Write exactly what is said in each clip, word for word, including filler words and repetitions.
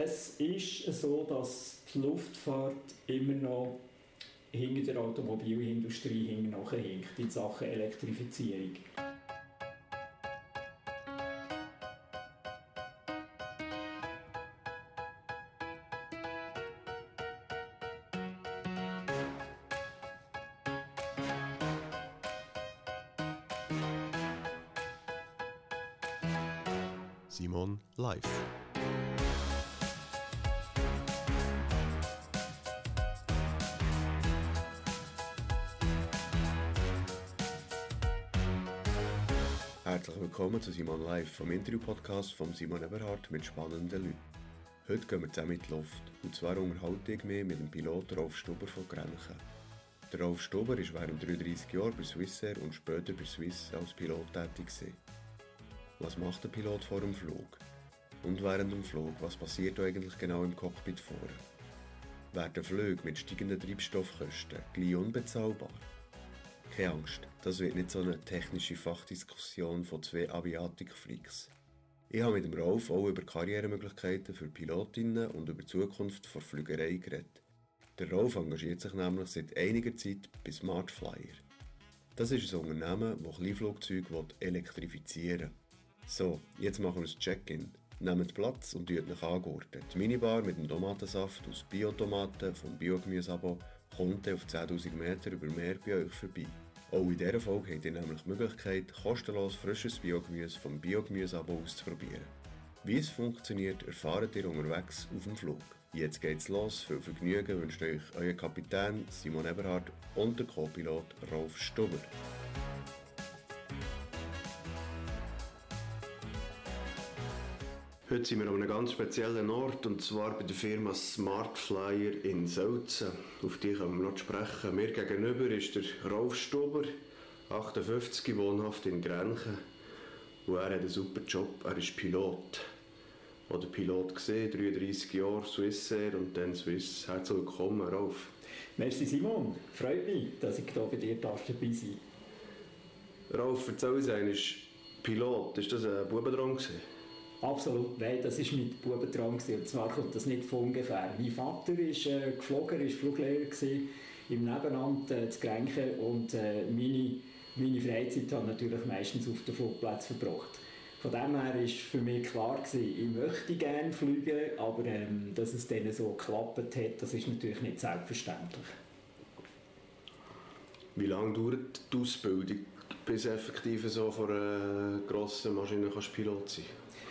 Es ist so, dass die Luftfahrt immer noch hinter der Automobilindustrie hinterherhinkt in Sachen Elektrifizierung. Simon live. Herzlich willkommen zu Simon Live, vom Interview-Podcast von Simon Eberhard mit spannenden Leuten. Heute gehen wir zusammen in die Luft, und zwar unterhalte ich mich mit dem Pilot Rolf Stuber von Grenchen. Der Rolf Stuber war während dreiunddreissig Jahren bei Swissair und später bei Swiss als Pilot tätig gewesen. Was macht der Pilot vor dem Flug? Und während dem Flug, was passiert eigentlich genau im Cockpit vorne? Werden Flüge mit steigenden Treibstoffkosten gleich unbezahlbar? Keine Angst, das wird nicht so eine technische Fachdiskussion von zwei Aviatik-Freaks. Ich habe mit dem Rolf auch über Karrieremöglichkeiten für Pilotinnen und über die Zukunft der Flügerei geredet. Der Rolf engagiert sich nämlich seit einiger Zeit bei SmartFlyer. Das ist ein Unternehmen, das Kleinflugzeuge elektrifizieren will. So, jetzt machen wir das Check-in. Nehmt Platz und tut euch angurten. Die Minibar mit dem Tomatensaft aus Biotomaten vom Biogemüse-Abo kommt auf zehntausend Meter über Meer bei euch vorbei. Auch in dieser Folge habt ihr nämlich die Möglichkeit, kostenlos frisches Biogemüse vom Biogemüse-Abo auszuprobieren. Wie es funktioniert, erfahrt ihr unterwegs auf dem Flug. Jetzt geht's los. Viel Vergnügen wünscht euch euer Kapitän Simon Eberhard und der Co-Pilot Rolf Stuber. Heute sind wir an einem ganz speziellen Ort, und zwar bei der Firma SmartFlyer in Sölzen. Auf die können wir noch sprechen. Mir gegenüber ist der Rolf Stuber, achtundfünfzig, wohnhaft in Grenchen. Und er hat einen super Job, er ist Pilot. Oder Pilot gesehen, dreiunddreissig Jahre Swissair und dann Swiss. Herzlich willkommen, Rolf. Merci Simon, freut mich, dass ich hier bei dir dabei sein darf. Rolf, erzähl uns einmal, Pilot, ist das ein Bubentraum gewesen? Absolut, nein, das war mit Bubentraum. Und zwar kommt das nicht von ungefähr. Mein Vater ist äh, geflogen, er war Fluglehrer gewesen, im Nebenamt äh, zu Grenchen, und äh, meine, meine Freizeit habe ich natürlich meistens auf den Flugplätzen verbracht. Von dem her war für mich klar gewesen, ich möchte gerne fliegen, aber ähm, dass es dann so geklappt hat, das ist natürlich nicht selbstverständlich. Wie lange dauert die Ausbildung, bis effektiv so von einer grossen Maschine kannst Pilot sein?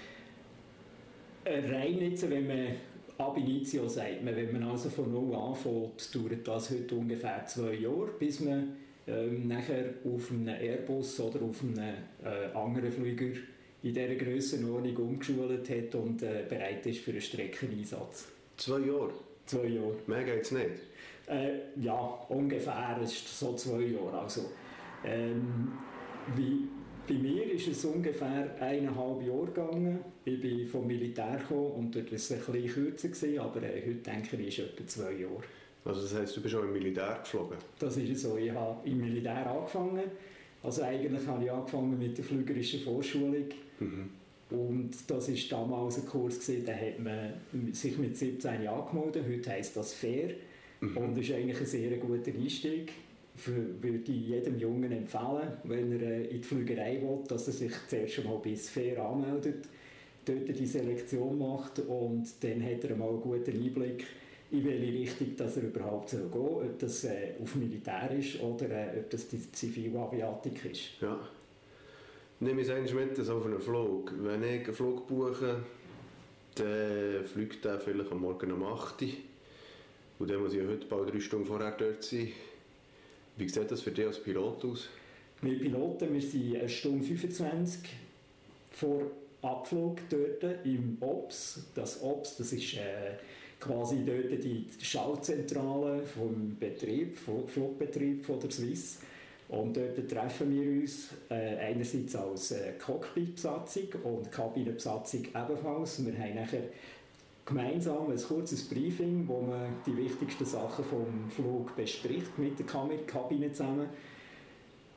Rein jetzt, wenn man ab initio sagt, man, wenn man also von null anfängt, dauert das heute ungefähr zwei Jahre, bis man ähm, nachher auf einem Airbus oder auf einem äh, anderen Flüger in dieser Grössenordnung umgeschult hat und äh, bereit ist für einen Streckeneinsatz. Zwei Jahre? Zwei Jahre. Mehr geht es nicht? Äh, ja, ungefähr, es ist so zwei Jahre. Also, ähm, wie Bei mir ist es ungefähr eineinhalb Jahre gegangen. Ich bin vom Militär gekommen und dort war es ein bisschen kürzer gewesen, aber äh, heute denke ich, ist es etwa zwei Jahre. Also das heisst, du bist auch im Militär geflogen? Das ist so. Ich habe im Militär angefangen. Also eigentlich habe ich angefangen mit der flügerischen Vorschulung. Mhm. Und das war damals ein Kurs gewesen, da hat man sich mit siebzehn angemeldet. Heute heisst das fair. Mhm. Und das ist eigentlich ein sehr guter Einstieg. Für, würde ich jedem Jungen empfehlen, wenn er äh, in die Flügerei will, dass er sich zuerst schon mal bis fair anmeldet, dort die Selektion macht, und dann hat er mal einen guten Einblick, in welche Richtung dass er überhaupt gehen soll, ob das äh, auf Militär ist oder äh, ob das die Zivilaviatik ist. Ja. Nimm es eigentlich mit auf einen Flug. Wenn ich einen Flug buche, dann fliegt er vielleicht am Morgen um acht Uhr, und dann muss ich heute bald drei Stunden vorher dort sein. Wie sieht das für dich als Pilot aus? Wir Piloten, wir sind eine Stunde fünfundzwanzig vor Abflug dort im O B S. Das O B S, das ist äh, quasi dort die Schaltzentrale vom Betrieb, vom Flugbetrieb von der Swiss. Und dort treffen wir uns äh, einerseits als äh, Cockpit-Besatzung und Kabinenbesatzung ebenfalls. Wir haben nachher gemeinsam ein kurzes Briefing, wo man die wichtigsten Sachen vom Flug bespricht mit der Kabine zusammen.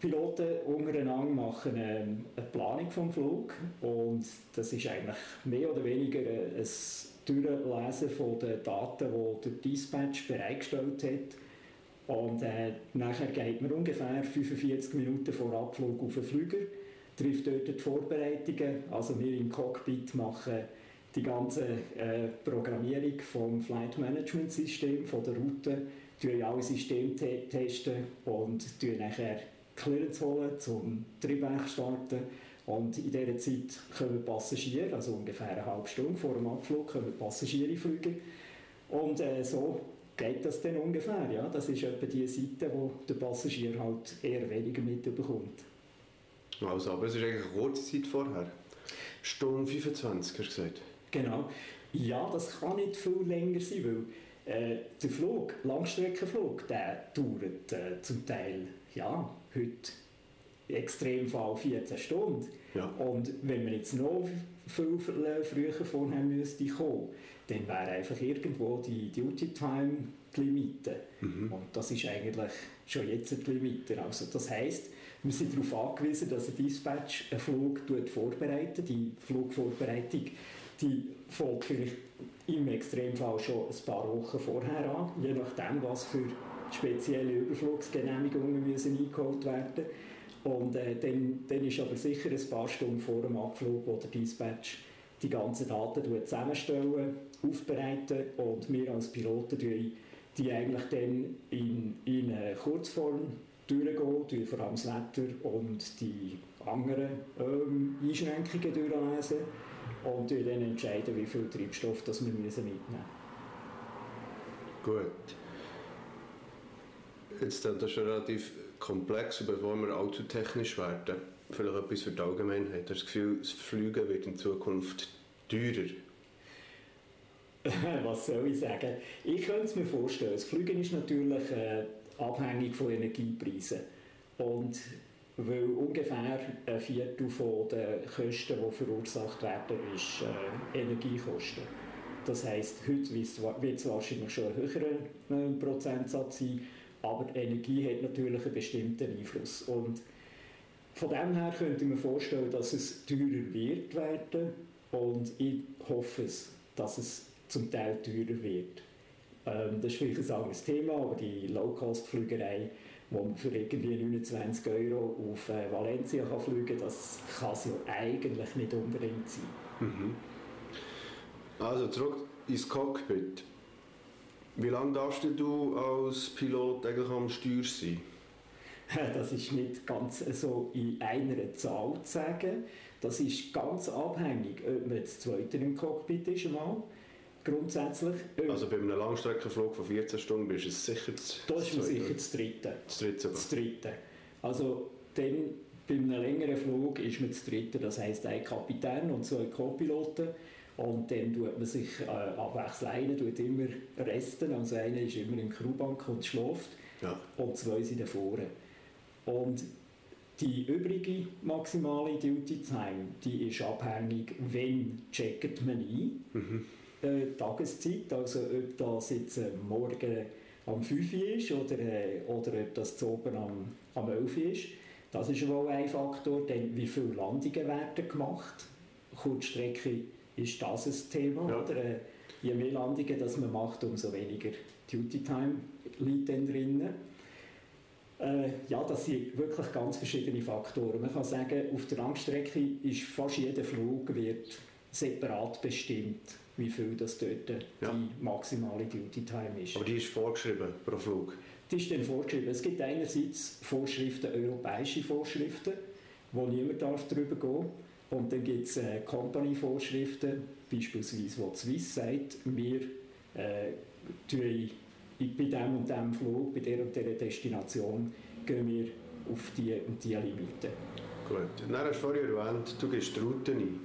Piloten untereinander machen eine Planung vom Flug und das ist eigentlich mehr oder weniger ein Durchlesen von den Daten, die der Dispatch bereitgestellt hat. Und äh, nachher geht man ungefähr fünfundvierzig Minuten vor Abflug auf den Flüger, trifft dort die Vorbereitungen. Also wir im Cockpit machen die ganze äh, Programmierung vom Flight Management System, von der Route, testen alle Systeme te- testen und tun nachher Clearance holen, zum Triebwerk starten. Und in dieser Zeit kommen Passagiere, also ungefähr eine halbe Stunde vor dem Abflug, kommen Passagiere fliegen. Und äh, so geht das dann ungefähr. Ja? Das ist etwa die Seite, wo der Passagier halt eher weniger mitbekommt. Also, aber es ist eigentlich eine kurze Zeit vorher. Stunde fünfundzwanzig, hast du gesagt? Genau. Ja, das kann nicht viel länger sein, weil äh, der Flug, Langstreckenflug, der dauert äh, zum Teil, ja, heute Extremfall vierzehn Stunden. Ja. Und wenn man jetzt noch viel früher vorher müsste kommen, dann wäre einfach irgendwo die Duty Time die Limite. Mhm. Und das ist eigentlich schon jetzt die Limite. Also das heisst, wir sind darauf angewiesen, dass ein Dispatch einen Flug vorbereitet. Die Flugvorbereitung die fängt vielleicht im Extremfall schon ein paar Wochen vorher an, je nachdem, was für spezielle Überflugsgenehmigungen müssen eingeholt werden. Und äh, dann, dann ist aber sicher ein paar Stunden vor dem Abflug, wo der Dispatch die ganzen Daten zusammenstellen, aufbereiten und wir als Piloten die, die eigentlich dann in, in Kurzform durchgehen, vor allem das Wetter und die anderen ähm, Einschränkungen durchlesen und dann entscheiden, wie viel Treibstoff das wir mitnehmen müssen. Gut. Jetzt ist das schon relativ komplex, und bevor wir allzu technisch werden, vielleicht etwas für die Allgemeinheit. Hast du das Gefühl, das Fliegen wird in Zukunft teurer? Was soll ich sagen? Ich könnte es mir vorstellen. Das Fliegen ist natürlich äh, abhängig von Energiepreisen. Und weil ungefähr ein Viertel von den Kosten, die verursacht werden, ist äh, Energiekosten. Das heisst, heute wird es wahrscheinlich schon ein höherer äh, Prozentsatz sein, aber die Energie hat natürlich einen bestimmten Einfluss. Und von dem her könnte ich mir vorstellen, dass es teurer wird werden und ich hoffe es, dass es zum Teil teurer wird. Ähm, das ist vielleicht ein anderes Thema, aber die Low-Cost-Flügerei, wo man für irgendwie neunundzwanzig Euro auf äh, Valencia kann fliegen kann, das kann es ja eigentlich nicht unbedingt sein. Mhm. Also zurück ins Cockpit. Wie lange darfst du als Pilot eigentlich am Steuer sein? Das ist nicht ganz so in einer Zahl zu sagen. Das ist ganz abhängig, ob man das Zweite im Cockpit ist einmal. Grundsätzlich. Also bei einem Langstreckenflug von vierzehn Stunden bist du sicher das Zweite? Das ist man sicher das Dritte. Das Dritte. Das Dritte. Also dann, bei einem längeren Flug ist man das Dritte, das heisst ein Kapitän und zwei Co-Piloten. Und dann tut man sich äh, abwechseln. Einer tut immer resten, also einer ist immer im Crewbank und schläft. Ja. Und zwei sind da vorne. Und die übrige maximale Duty Time, die ist abhängig, wann checkt man ein. Mhm. Äh, Tageszeit, also ob das jetzt äh, morgen am fünf Uhr ist oder, äh, oder ob das zu oben am, am elf Uhr ist. Das ist wohl ein Faktor. Dann, wie viele Landungen werden gemacht? Kurzstrecke ist das ein Thema. Ja. Oder, äh, je mehr Landungen das man macht, umso weniger Duty Time liegt dann drin. Äh, ja, das sind wirklich ganz verschiedene Faktoren. Man kann sagen, auf der Langstrecke ist fast jeder Flug wird separat bestimmt, wie viel das dort ja. die maximale Duty Time ist. Aber die ist vorgeschrieben pro Flug? Die ist dann vorgeschrieben. Es gibt einerseits Vorschriften, europäische Vorschriften, wo niemand darf darüber gehen. Und dann gibt es äh, Company-Vorschriften, beispielsweise, wo die Swiss sagt, wir äh, tun bei diesem und diesem Flug, bei dieser und dieser Destination, gehen wir auf die und die Limite. Gut. Dann hast du vorhin erwähnt, du gehst die Route ein.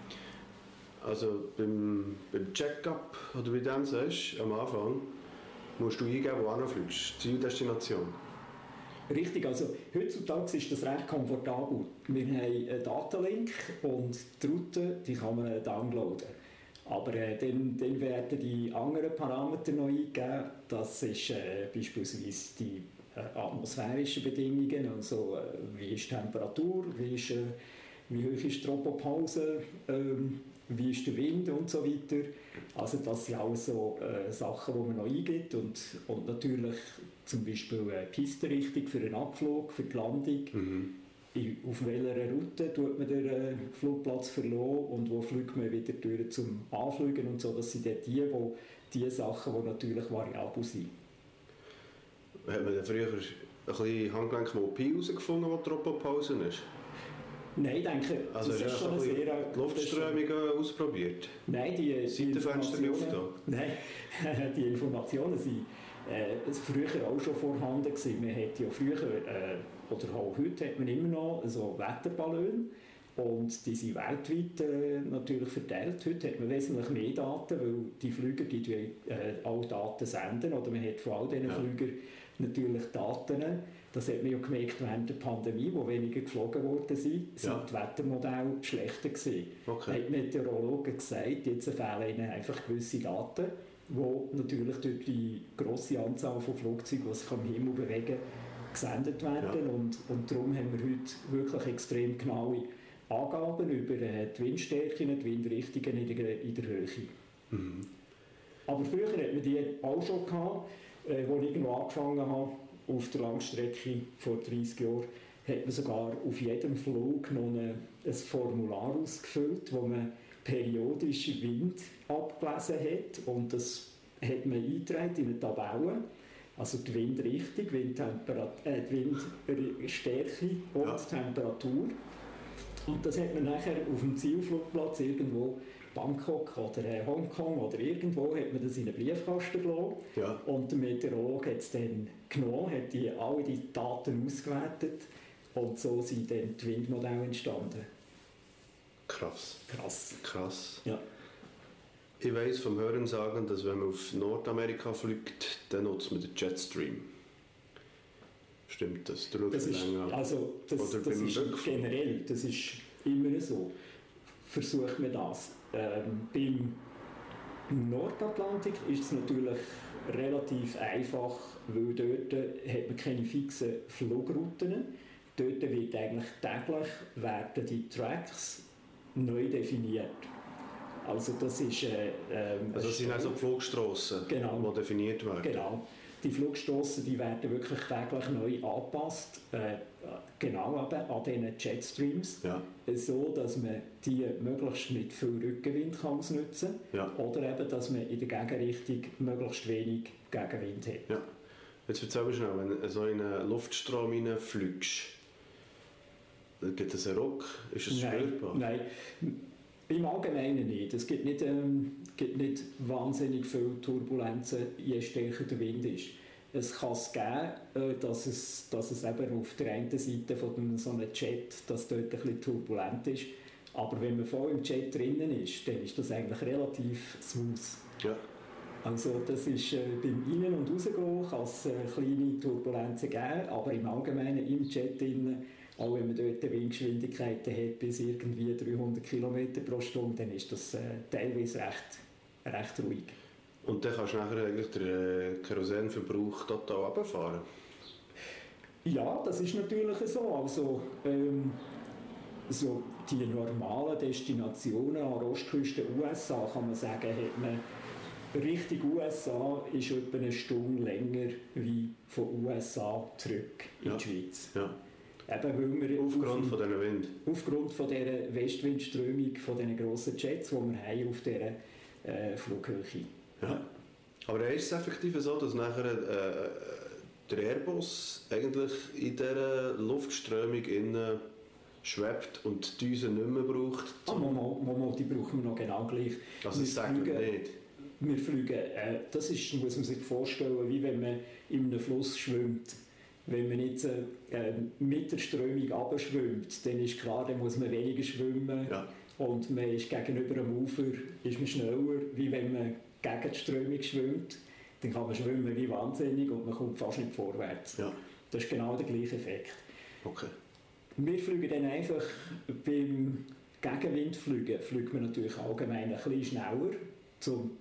Also beim, beim Check-up, oder wie du dem sagst, am Anfang, musst du eingeben, wo du hinfliegst, Zieldestination. Richtig, also heutzutage ist das recht komfortabel. Wir haben einen Datenlink und die Route die kann man downloaden. Aber äh, dann, dann werden die anderen Parameter noch eingegeben. Das ist äh, beispielsweise die äh, atmosphärischen Bedingungen, also äh, wie ist die Temperatur, wie, ist, äh, wie hoch ist die Tropopause, ähm, wie ist der Wind und so weiter. Also das sind alles so äh, Sachen, die man noch eingibt und, und natürlich zum Beispiel eine Pistenrichtung für einen Abflug, für die Landung. Mhm. Auf welcher Route tut man den äh, Flugplatz verlassen und wo fliegt man wieder durch zum Anfliegen und so. Das sind die, die, die Sachen, die natürlich variabel sind. Hat man früher ein bisschen Handgelenkmodell herausgefunden, wo die Tropopause ist? Nein, ich denke, also das ist schon ein sehr... die Luftströmungen ausprobiert? Nein, die, die Seitenfensterluft? Nein, die Informationen sind äh, früher auch schon vorhanden gewesen. Man hat ja früher, äh, oder auch heute hat man immer noch so Wetterballone und die sind weltweit äh, natürlich verteilt. Heute hat man wesentlich mehr Daten, weil die Flüger die äh, alle Daten senden, oder man hat von all diesen ja. Flügern natürlich Daten. Das hat man ja gemerkt während der Pandemie, wo weniger geflogen worden sind, sind ja. die Wettermodelle schlechter gewesen. Okay. Hat Meteorologen gesagt, jetzt fehlen ihnen einfach gewisse Daten, die natürlich durch die grosse Anzahl von Flugzeugen, die sich am Himmel bewegen, gesendet werden. Ja. Und, und darum haben wir heute wirklich extrem genaue Angaben über die Windstärken, die Windrichtungen in der, in der Höhe. Mhm. Aber früher hat man die auch schon gehabt, äh, als ich irgendwo angefangen habe, auf der Langstrecke vor dreissig Jahren, hat man sogar auf jedem Flug noch eine, ein Formular ausgefüllt, wo man periodischen Wind abgelesen hat und das hat man eingetragen in eine Tabelle, also die Windrichtung, Windtemperat- äh, die Windstärke und ja. die Temperatur. Und das hat man nachher auf dem Zielflugplatz irgendwo, Bangkok oder Hongkong oder irgendwo, hat man das in einen Briefkasten gelassen. Ja. Und der Meteorologe hat es dann genommen, hat die, alle die Daten ausgewertet und so sind dann die Windmodelle entstanden. Krass. Krass. Krass. Ja. Ich weiss vom Hörensagen, dass wenn man auf Nordamerika fliegt, dann nutzt man den Jetstream. Stimmt das? Das ist, also, das, das ist generell, das ist immer so. Versucht man das. Ähm, beim Nordatlantik ist es natürlich relativ einfach, weil dort hat man keine fixen Flugrouten. Dort wird eigentlich täglich werden die Tracks neu definiert. Also das ist... Äh, ähm, also das sind also Flugstrassen, genau, die definiert werden? Genau. Die Flugstrassen die werden wirklich täglich neu angepasst, äh, genau eben an diesen Jetstreams, ja. so dass man die möglichst mit viel Rückenwind kann ausnutzen kann ja. oder eben, dass man in der Gegenrichtung möglichst wenig Gegenwind hat. Ja. Jetzt erzähl mir schnell, wenn du so in einen Luftstrom hineinfliegst, gibt es einen Ruck? Ist es spürbar? Nein, im Allgemeinen nicht. Es gibt nicht, ähm, gibt nicht wahnsinnig viele Turbulenzen, je stärker der Wind ist. Es kann es geben, äh, dass, es, dass es eben auf der einen Seite von so einem Jet, dass dort ein bisschen turbulent ist. Aber wenn man voll im Jet drinnen ist, dann ist das eigentlich relativ smooth. Ja. Also das ist äh, beim Ein- und Rausgehen kann es äh, kleine Turbulenzen geben, aber im Allgemeinen im Jet drinnen, auch wenn man dort Windgeschwindigkeiten hat bis irgendwie dreihundert Kilometer pro Stunde, dann ist das äh, teilweise recht, recht ruhig. Und dann kannst du nachher eigentlich den äh, Kerosinverbrauch total runterfahren? Ja, das ist natürlich so. Also, ähm, so die normalen Destinationen an der Ostküste U S A, kann man sagen, hat man Richtung U S A ist etwa eine Stunde länger wie von U S A zurück in ja. die Schweiz. Ja. Eben, weil wir aufgrund auf, von diesen Wind? Aufgrund von dieser Westwindströmung, von diesen grossen Jets, die wir haben auf dieser äh, Flughöhe. Ja. Aber ist es effektiv so, dass nachher äh, der Airbus eigentlich in dieser Luftströmung innen schwebt und die Düse nicht mehr braucht? Ah, Momo, Momo, die brauchen wir noch genau gleich. Also das sagt man nicht? Wir fliegen, äh, das ist, muss man sich vorstellen, wie wenn man in einem Fluss schwimmt. Wenn man jetzt äh, mit der Strömung runterschwimmt, dann ist klar, dann muss man weniger schwimmen. Ja. Und man ist gegenüber dem Ufer ist man schneller, wie wenn man gegen die Strömung schwimmt. Dann kann man schwimmen wie wahnsinnig und man kommt fast nicht vorwärts. Ja. Das ist genau der gleiche Effekt. Okay. Wir fliegen dann einfach, beim Gegenwindfliegen fliegt man natürlich allgemein ein bisschen schneller, um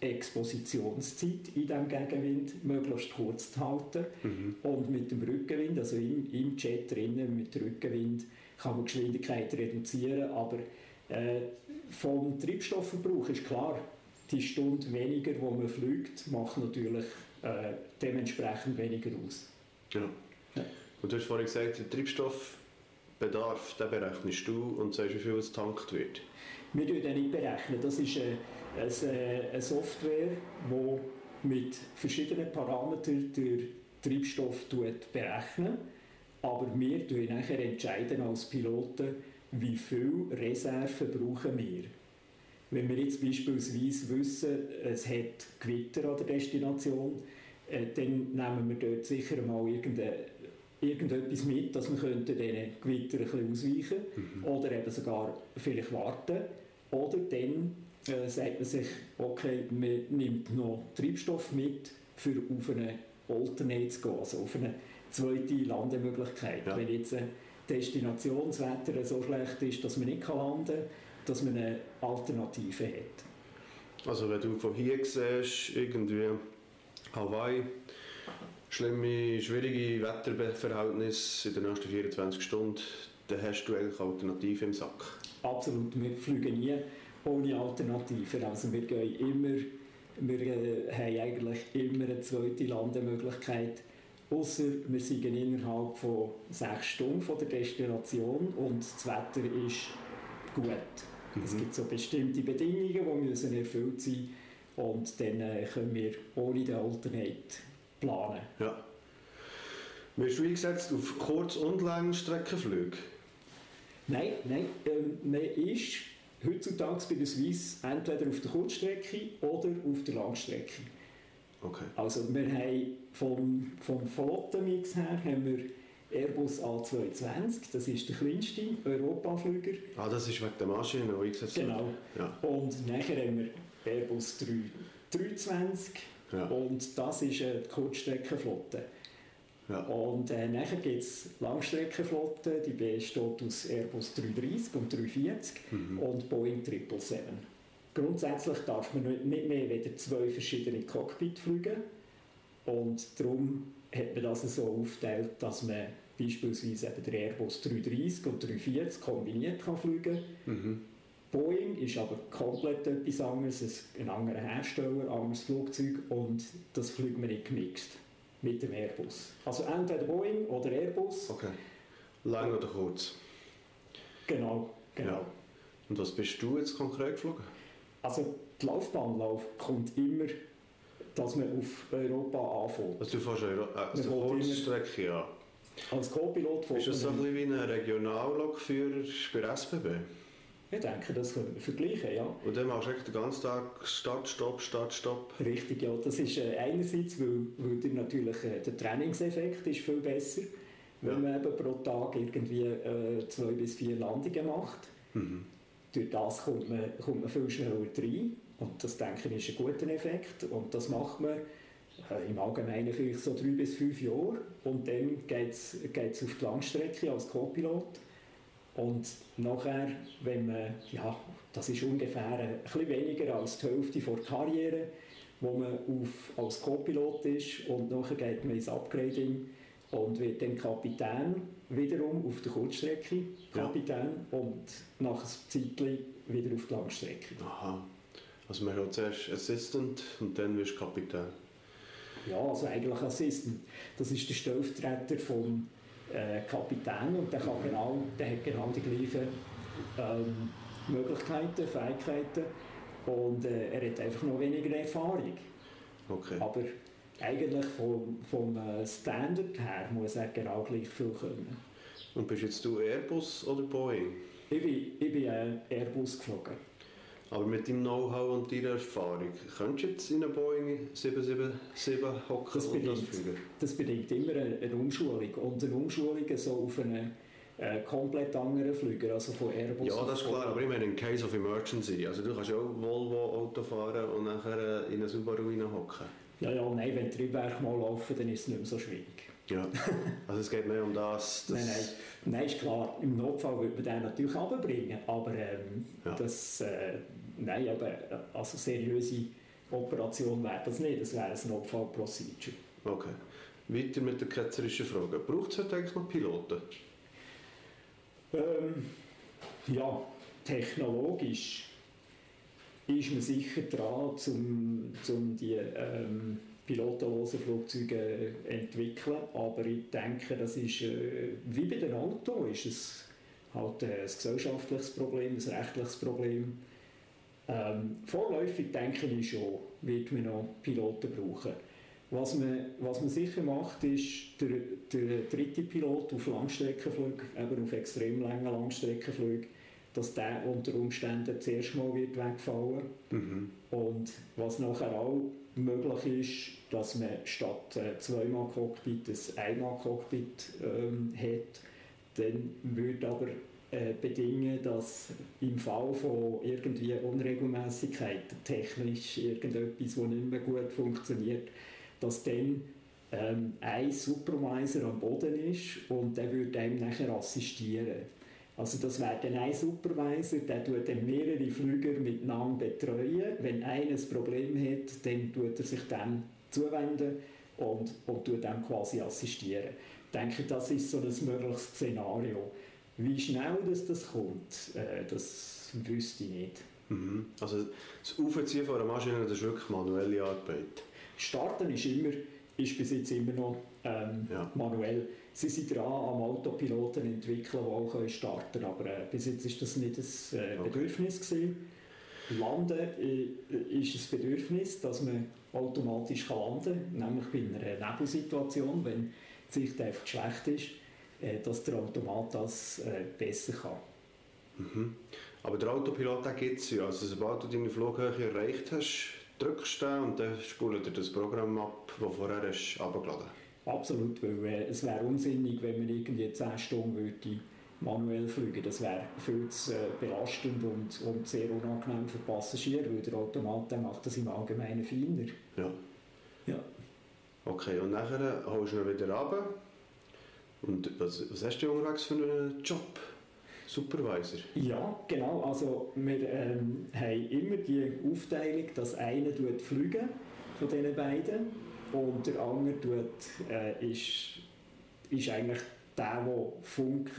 Expositionszeit in diesem Gegenwind möglichst kurz zu halten. Mhm. Und mit dem Rückenwind, also im, im Jet drinnen, mit Rückenwind, kann man die Geschwindigkeit reduzieren, aber äh, vom Treibstoffverbrauch ist klar, die Stunde weniger, die man fliegt, macht natürlich äh, dementsprechend weniger aus. Ja. Ja. Und du hast vorhin gesagt, der Treibstoffbedarf, den berechnest du und sagst, wie viel es getankt wird? Wir berechnen den nicht. Berechnen. Das ist eine, eine, eine Software, die mit verschiedenen Parametern den Treibstoff berechnet. Aber wir entscheiden nachher entscheiden als Piloten, wie viel Reserven brauchen wir. Wenn wir jetzt beispielsweise wissen, es hat Gewitter an der Destination, äh, dann nehmen wir dort sicher mal irgendetwas mit, dass wir diesen Gewitter ein bisschen ausweichen können. Mhm. Oder eben sogar vielleicht warten. Oder dann äh, sagt man sich, okay, man nimmt noch Treibstoff mit, für auf eine Alternate zu gehen, also auf eine zweite Landemöglichkeit. Ja. Wenn jetzt ein Destinationswetter so schlecht ist, dass man nicht landen kann, dass man eine Alternative hat. Also wenn du von hier siehst, irgendwie Hawaii, schlimme, schwierige Wetterverhältnisse in den nächsten vierundzwanzig Stunden, dann hast du eigentlich Alternativen im Sack. Absolut, wir fliegen nie ohne Alternativen. Also wir gehen immer, wir äh, haben eigentlich immer eine zweite Landemöglichkeit. Ausser wir sind innerhalb von sechs Stunden von der Destination und das Wetter ist gut. Mhm. Es gibt so bestimmte Bedingungen, die müssen erfüllt sein und dann äh, können wir ohne den Alternate planen. Ja. Wirst du eingesetzt auf Kurz- und Langstreckenflüge? Nein, nein. Ähm, man ist heutzutage bei der Swiss entweder auf der Kurzstrecke oder auf der Langstrecke. Okay. Also wir haben vom, vom Flottenmix her haben wir Airbus A zweihundertzwanzig, das ist der kleinste Europaflüger. Ah, das ist wegen der Maschine, die eingesetzt wird. Genau. Ja. Und nachher haben wir Airbus dreihundertzwanzig ja. Und das ist eine Kurzstreckenflotte. Ja. Und äh, nachher gibt es Langstreckenflotte, die besteht aus Airbus dreihundertdreißig und dreihundertvierzig mhm. und Boeing sieben sieben sieben. Grundsätzlich darf man nicht mehr als zwei verschiedene Cockpit fliegen und darum hat man das so aufgeteilt, dass man beispielsweise eben den Airbus dreihundertdreißig und dreihundertvierzig kombiniert kann fliegen kann. Mhm. Boeing ist aber komplett etwas anderes, ein anderer Hersteller, ein anderes Flugzeug und das fliegt man nicht gemixt mit dem Airbus. Also entweder Boeing oder Airbus. Okay. Lang oder kurz? Genau, genau. Ja. Und was bist du jetzt konkret geflogen? Also die Laufbahnlauf kommt immer, dass man auf Europa anfängt. Also du fährst Euro- äh, also Kurzstrecke, ja. Als Co-Pilot ist das so ein bisschen wie ein Regionallokführer bei der S B B? Ich denke, das können wir vergleichen, ja. Und dann machst du den ganzen Tag Start, Stopp, Start, Stopp? Richtig, ja. Das ist äh, einerseits, weil, weil der, natürlich, äh, der Trainingseffekt ist viel besser, wenn ja. man eben pro Tag irgendwie äh, zwei bis vier Landungen macht. Mhm. Durch das kommt man, kommt man viel schneller rein. Und das, denke ich, ist ein guter Effekt. Und das macht man äh, im Allgemeinen vielleicht so drei bis fünf Jahre. Und dann geht es auf die Langstrecke als Co-Pilot. Und nachher, wenn man, ja, das ist ungefähr ein bisschen weniger als die Hälfte der Karriere, wo man auf, als Co-Pilot ist und nachher geht man ins Upgrading und wird dann Kapitän, wiederum auf der Kurzstrecke Kapitän ja. und nach einer Zeit wieder auf die Langstrecke. Aha, also man hat zuerst Assistant und dann wirst du Kapitän. Ja, also eigentlich Assistant. Das ist der Stellvertreter vom äh, Kapitän und der, kann genau, der hat genau die gleichen ähm, Möglichkeiten, Fähigkeiten und äh, er hat einfach noch weniger Erfahrung. Okay. Aber eigentlich vom, vom Standard her muss er genau gleich viel können. Und bist jetzt du Airbus oder Boeing? Ich bin, ich bin äh, Airbus geflogen. Aber mit deinem Know-how und deiner Erfahrung, könntest du jetzt in einer Boeing sieben sieben sieben hocken das und bedingt, das fliegen? Das bedingt immer eine, eine Umschulung. Und eine Umschulung so auf einen äh, komplett anderen Flüger, also von Airbus. Ja, das ist klar, aber ich meine in case of emergency. Also du kannst ja auch Volvo-Auto fahren und nachher in eine Subaru hocken. Ja, ja, nein, wenn die Triebwerke mal laufen, dann ist es nicht mehr so schwierig. Ja, also es geht mehr um das. das nein, nein, nein, ist klar, im Notfall würde man den natürlich runterbringen, aber ähm, ja. das, äh, nein, aber, also seriöse Operation wäre das nicht, das wäre ein Notfallprocedure. Okay. Weiter mit der ketzerischen Frage. Braucht es heute eigentlich noch Piloten? Ähm, ja, technologisch ist man sicher dran, um, um die ähm, pilotenlosen Flugzeuge zu entwickeln, aber ich denke, das ist äh, wie bei den Autos, ist es halt ein gesellschaftliches Problem, ein rechtliches Problem. Ähm, vorläufig denke ich schon, wird man noch Piloten brauchen. Was man, was man sicher macht, ist, der, der dritte Pilot auf Langstreckenflügen, eben auf extrem langen Langstreckenflügen, dass der unter Umständen zuerst mal wird wegfallen. Mhm. Und was nachher auch möglich ist, dass man statt äh, zweimal Cockpit ein einmal Cockpit ähm, hat, dann würde aber äh, bedingen, dass im Fall von irgendwie Unregelmäßigkeiten, technisch irgendetwas, das nicht mehr gut funktioniert, dass dann ähm, ein Supervisor am Boden ist und der würde einem nachher assistieren. Also das wäre dann ein Supervisor, der tut dann mehrere Flüger miteinander betreuen. Wenn einer ein Problem hat, dann tut er sich dem zuwenden und, und tut dem quasi assistieren. Ich denke, das ist so ein mögliches Szenario. Wie schnell das, das kommt, äh, das wüsste ich nicht. Mhm. Also das Aufziehen von einer Maschine, das ist wirklich manuelle Arbeit? Starten ist, immer, ist bis jetzt immer noch ähm, ja. manuell. Sie sind dran am Autopiloten entwickeln, die auch starten können, aber äh, bis jetzt war das nicht ein äh, Bedürfnis gewesen. Landen äh, ist ein Bedürfnis, dass man automatisch kann landen kann, nämlich bei einer Nebelsituation, wenn die Sicht einfach schlecht ist, äh, dass der Automat das äh, besser kann. Mhm. Aber der Autopilot gibt es ja, also sobald du deine Flughöhe erreicht hast, drückst du und dann spult er das Programm ab, das vorher hast runtergeladen hast. Absolut, weil äh, es wäre unsinnig, wenn man irgendwie zehn Stunden würde manuell fliegen. Das wäre viel zu äh, belastend und, und sehr unangenehm für Passagiere, weil der Automat der macht das im Allgemeinen feiner. Ja. Ja. Okay, und nachher holst du ihn wieder runter. Und was, was hast du unterwegs für einen Job? Supervisor? Ja, genau. Also wir ähm, haben immer die Aufteilung, dass einer fliegt von diesen beiden und der andere tut, äh, ist, ist eigentlich der, der funkt,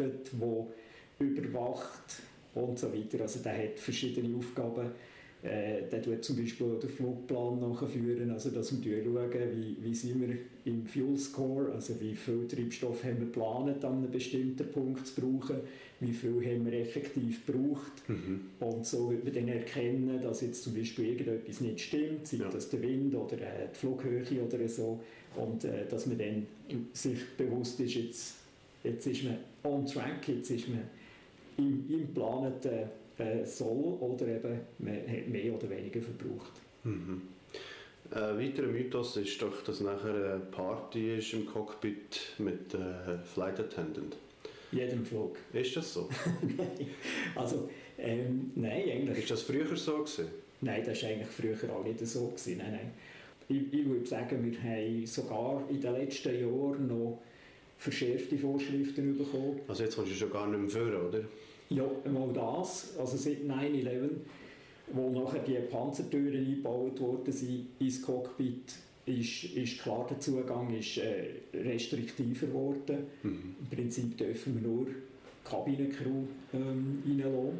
der überwacht und so weiter. Also der hat verschiedene Aufgaben. Äh, der tut zum Beispiel den Flugplan nachführen, also dass wir schauen, wie, wie sind wir im Fuel Score, also wie viel Treibstoff haben wir geplant, an einem bestimmten Punkt zu brauchen, wie viel haben wir effektiv gebraucht. Mhm. Und so wird man dann erkennen, dass jetzt zum Beispiel irgendetwas nicht stimmt, sei ja. das der Wind oder äh, die Flughöhe oder so, und äh, dass man dann sich bewusst ist, jetzt, jetzt ist man on track, jetzt ist man im, im geplanten äh, soll oder eben man hat mehr oder weniger verbraucht. Mhm. Ein weiterer Mythos ist doch, dass nachher eine Party ist im Cockpit mit äh, Flight Attendant. Jedem Flug. Ist das so? Nein. Also, ähm, nein, eigentlich. Ist das früher so gewesen? Nein, das war eigentlich früher auch nicht so gewesen. Nein, nein. Ich, ich würde sagen, wir haben sogar in den letzten Jahren noch verschärfte Vorschriften bekommen. Also jetzt kommst du schon gar nicht mehr führen, oder? Ja, mal das. Also seit neun elf, wo nachher die Panzertüren eingebaut worden sind ins Cockpit, ist, ist klar, der Zugang ist äh, restriktiver geworden. Mhm. Im Prinzip dürfen wir nur Kabinencrew ähm, reinlassen.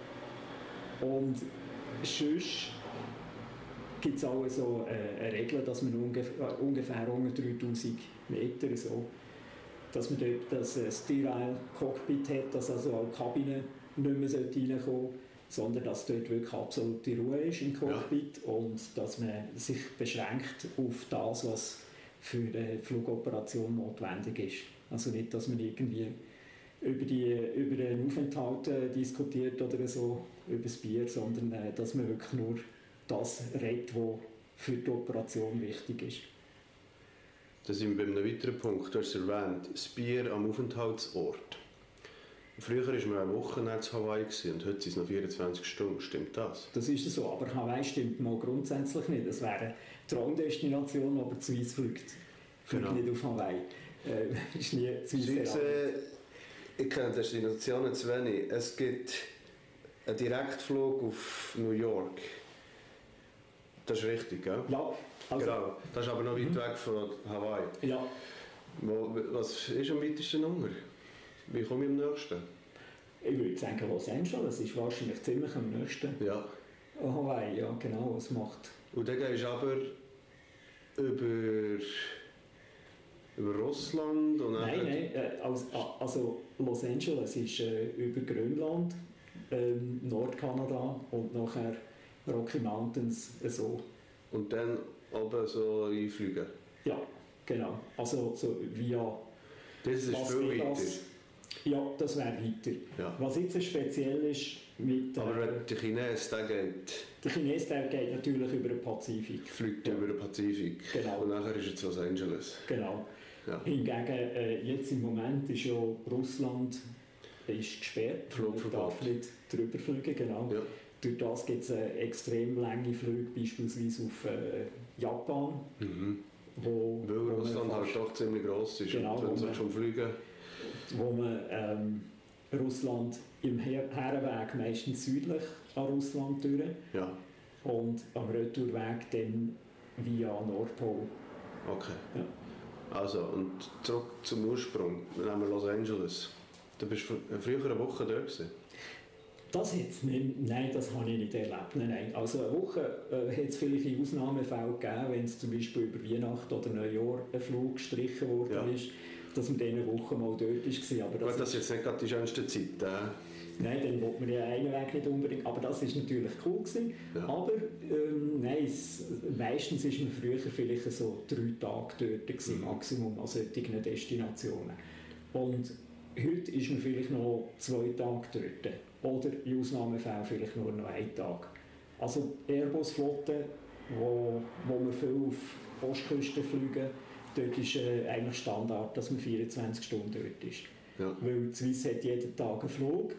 Und sonst gibt es auch so äh, eine Regel, dass man ungefähr, äh, ungefähr unter dreitausend Meter so, dass man dort das äh, Sterile Cockpit hat, dass also auch die Kabine nicht mehr reinkommen sollte, sondern dass dort wirklich absolute Ruhe ist im Cockpit, ja. Und dass man sich beschränkt auf das, was für eine Flugoperation notwendig ist. Also nicht, dass man irgendwie über, die, über den Aufenthalt äh, diskutiert oder so, über das Bier, sondern äh, dass man wirklich nur das redet, was für die Operation wichtig ist. Da sind wir bei einem weiteren Punkt. Du hast es erwähnt, das Bier am Aufenthaltsort. Früher war man eine Woche in Hawaii und heute sind es noch vierundzwanzig Stunden. Stimmt das? Das ist so, aber Hawaii stimmt mal grundsätzlich nicht. Es wäre eine Traumdestination, aber die Swiss fliegt, fliegt genau. nicht auf Hawaii. Äh, ist nie Swiss, äh, ich kenne Destinationen zu wenig. Es gibt einen Direktflug auf New York. Das ist richtig, gell? Ja. Also, genau, das ist aber noch weit weg von Hawaii. Ja. Wo, was ist am weitesten Nummer? Wie komme ich am nächsten? Ich würde sagen Los Angeles ist wahrscheinlich ziemlich am nächsten. Ja. Hawaii, ja genau, was macht. Und dann gehst du aber über, über Russland und Nein, nein, äh, also, also Los Angeles ist äh, über Grönland, ähm, Nordkanada und nachher Rocky Mountains äh, so. Und dann oben so einfliegen? Ja, genau. Also so via das ist Las viel Vegas. weiter. Ja, das wäre weiter. Ja. Was jetzt speziell ist mit... Äh, Aber wenn der Chines, der geht... Der Chines, der geht natürlich über den Pazifik. Fliegt ja. über den Pazifik. Genau. Und nachher ist es Los Angeles. Genau. Ja. Hingegen, äh, jetzt im Moment ist ja Russland ist gesperrt. Man darf nicht drüber fliegen, genau. Ja. Durch das gibt es äh, extrem lange Flüge, beispielsweise auf äh, Japan. Mhm. Wo, Weil wo Russland halt doch ziemlich gross ist. Genau, und wenn sie schon fliegen... Wo man ähm, Russland im Her Herrenweg meistens südlich an Russland durch ja. und am Retourweg dann via Nordpol. Okay. Ja. Also, und zurück zum Ursprung. Wir nehmen Los Angeles. Du bist früher eine Woche dort gewesen. Das jetzt nicht, nein, das habe ich nicht erlebt. Nein, nein. Also eine Woche äh, hat es vielleicht in Ausnahmefällen gegeben, wenn es zum Beispiel über Weihnachten oder Neujahr ein Flug gestrichen worden ja. ist, dass man diese Woche mal dort war. Aber das, Gut, das ist jetzt nicht gerade die schönste Zeit. Äh? Nein, dann wollte man ja einen Weg nicht unbedingt. Aber das war natürlich cool gewesen. Ja. Aber ähm, nein, es, meistens war man früher vielleicht so drei Tage dort gewesen, mhm. Maximum an solchen Destinationen. Und heute ist man vielleicht noch zwei Tage dort. Oder in Ausnahmefällen vielleicht nur noch einen Tag. Also Airbus-Flotte, wo, wo wir viel auf Ostküste fliegen, dort ist äh, eigentlich Standard, dass man vierundzwanzig Stunden dort ist. Ja. Weil die Swiss hat jeden Tag einen Flug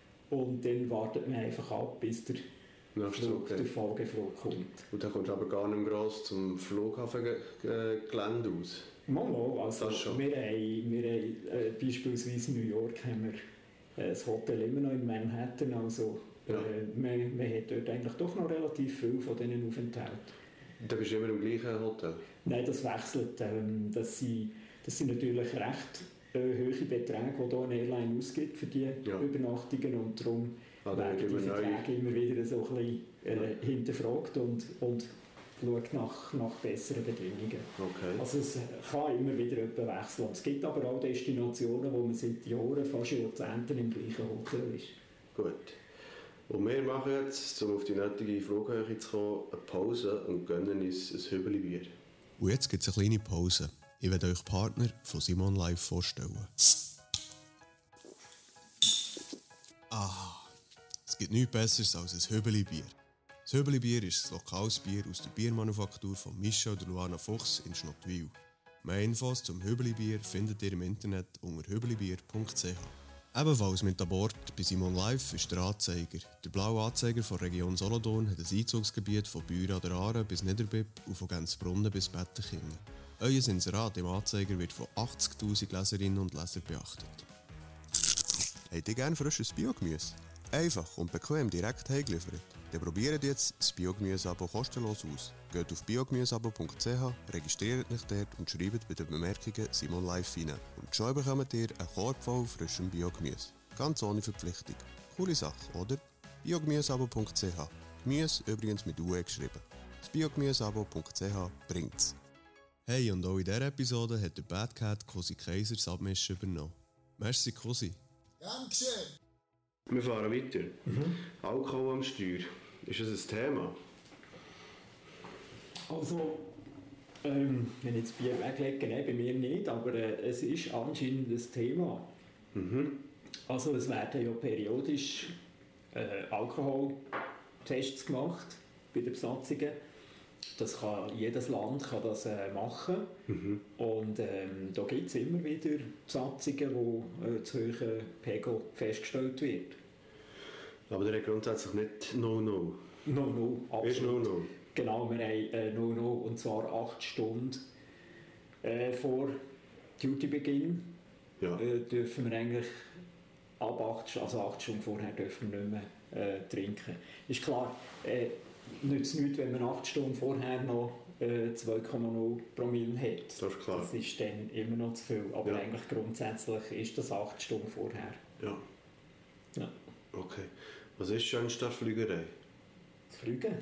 und dann wartet man einfach ab, bis der, Flug, der Folgeflug kommt. Und dann kommst du aber gar nicht gross zum Flughafengelände aus? Mal, mal. Also wir haben, wir haben äh, beispielsweise in New York haben wir das Hotel immer noch in Manhattan, also ja. äh, man, man hat dort eigentlich doch noch relativ viel von diesen Aufenthalten. Da bist du immer im gleichen Hotel? Nein, das wechselt. Ähm, das, sind, das sind natürlich recht äh, hohe Beträge, die hier eine Airline ausgibt für die ja. Übernachtungen und darum ah, werden die Verträge immer wieder so ein bisschen äh, ja. hinterfragt und, und schaut nach, nach besseren Bedingungen. Okay. Also es kann immer wieder jemand wechseln. Es gibt aber auch Destinationen, wo man seit Jahren, fast Jahrzehnten im gleichen Hotel ist. Gut. Und wir machen jetzt, um auf die nötige Flughöhe zu kommen, eine Pause und gönnen uns ein Hübeli-Bier. Und jetzt gibt es eine kleine Pause. Ich werde euch Partner von Simon Live vorstellen. Ah, es gibt nichts Besseres als ein Hübeli-Bier. Das Hübeli-Bier ist ein lokales Bier aus der Biermanufaktur von Michel und Luana Fuchs in Schnottwil. Mehr Infos zum Hübeli-Bier findet ihr im Internet unter hübelibier punkt c h. Ebenfalls mit an Bord bei Simon Live ist der Anzeiger. Der blaue Anzeiger von Region Solothurn hat ein Einzugsgebiet von Büren an der Aare bis Niederbipp und von Gänzbrunnen bis Bettenkingen. Euer Inserat im Anzeiger wird von achtzigtausend Leserinnen und Lesern beachtet. Habt ihr gerne frisches Biogemüse? Einfach und bequem direkt heimgeliefert? Dann probiert jetzt das Biogemüse-Abo kostenlos aus. Geht auf biogemüseabo punkt c h, registriert euch dort und schreibt bei den Bemerkungen Simon Live rein. Und schon bekommt ihr einen Korb voll frischem Biogemüse. Ganz ohne Verpflichtung. Coole Sache, oder? biogemüseabo punkt c h. Gemüse übrigens mit U E geschrieben. Das biogemüseabo punkt c h bringt's. Hey, und auch in dieser Episode hat der Bad Cat Cosi Kaiser das Abmischen übernommen. Merci, Cosi. Gern geschehen. Wir fahren weiter. Mhm. Alkohol am Steuer. Ist das ein Thema? Also, ähm, wenn ich das Bier weglege, nein, bei mir nicht, aber äh, es ist anscheinend ein Thema. Mhm. Also es werden ja periodisch äh, Alkoholtests gemacht bei den Besatzungen. Das kann, jedes Land kann das äh, machen. Mhm. Und ähm, da gibt es immer wieder Besatzungen, wo äh, zu hohen Pegel festgestellt wird. Aber der hat grundsätzlich nicht No-No. No-No, absolut. Ist No-No? Genau, wir haben äh, No-No und zwar acht Stunden äh, vor Duty-Beginn. Ja. Äh, dürfen wir eigentlich ab acht, also acht Stunden vorher dürfen wir nicht mehr äh, trinken. Ist klar, äh, nützt nichts, wenn man acht Stunden vorher noch äh, zwei Komma null Promille hat. Das ist klar. Das ist dann immer noch zu viel. Aber ja. eigentlich grundsätzlich ist das acht Stunden vorher. Ja. Ja. Okay. Was ist schönste Flügerei? Das Fliegen?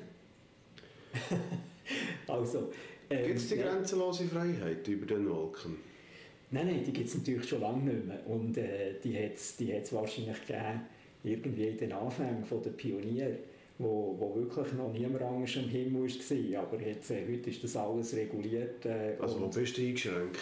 also, ähm, gibt es die ja. grenzenlose Freiheit über den Wolken? Nein, nein, die gibt es natürlich schon lange nicht mehr. Und äh, die hat es die wahrscheinlich gegeben, irgendwie in den Anfängen der Pioniere, wo, wo wirklich noch niemand anders am Himmel war. Aber jetzt, äh, heute ist das alles reguliert. Äh, also wo bist du eingeschränkt?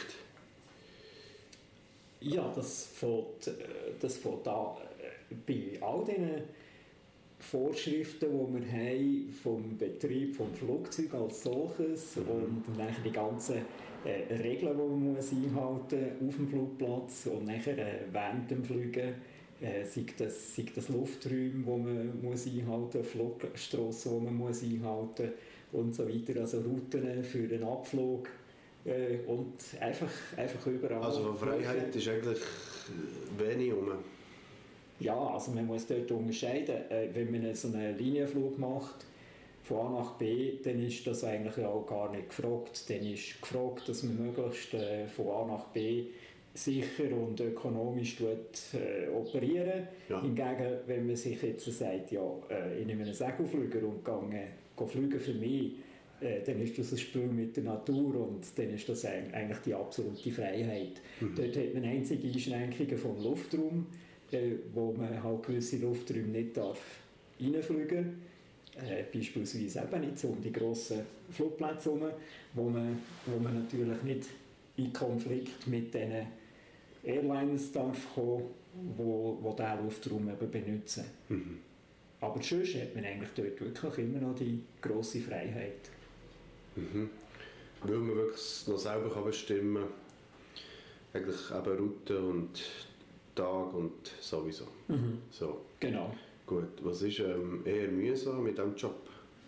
Ja, das fängt, äh, das fängt an äh, bei all diesen Vorschriften, die wir haben vom Betrieb des Flugzeugs als solches mhm. und dann die ganzen äh, Regeln, die man muss einhalten muss auf dem Flugplatz und nachher äh, während dem Fliegen, äh, sei das, sei das Lufträume, die man muss einhalten muss, Flugstrassen, die man muss einhalten muss und so weiter, also Routen für den Abflug äh, und einfach, einfach überall. Also Freiheit ist eigentlich wenig rum. Ja, also man muss dort unterscheiden. Äh, wenn man so einen Linienflug macht, von A nach B, dann ist das eigentlich auch gar nicht gefragt. Dann ist gefragt, dass man möglichst äh, von A nach B sicher und ökonomisch tut, äh, operieren. Ja. Hingegen, wenn man sich jetzt sagt, ja, äh, ich nehme einen Segelflüger und gehe, gehe fliegen für mich, äh, dann ist das ein Spiel mit der Natur und dann ist das eigentlich die absolute Freiheit. Mhm. Dort hat man einzige Einschränkungen vom Luftraum, äh, wo man halt gewisse Lufträume nicht darf reinfliegen darf. Äh, beispielsweise eben nicht so um die grossen Flugplätze herum, wo man, wo man natürlich nicht in Konflikt mit den Airlines darf kommen, wo, wo diesen Luftraum eben benutzen. Mhm. Aber sonst hat man eigentlich dort wirklich immer noch die grosse Freiheit. Mhm. Weil man wirklich noch selber kann bestimmen kann, eigentlich eben Route und Tag und sowieso. Mhm. So. Genau. Gut, was ist ähm, eher mühsam mit diesem Job?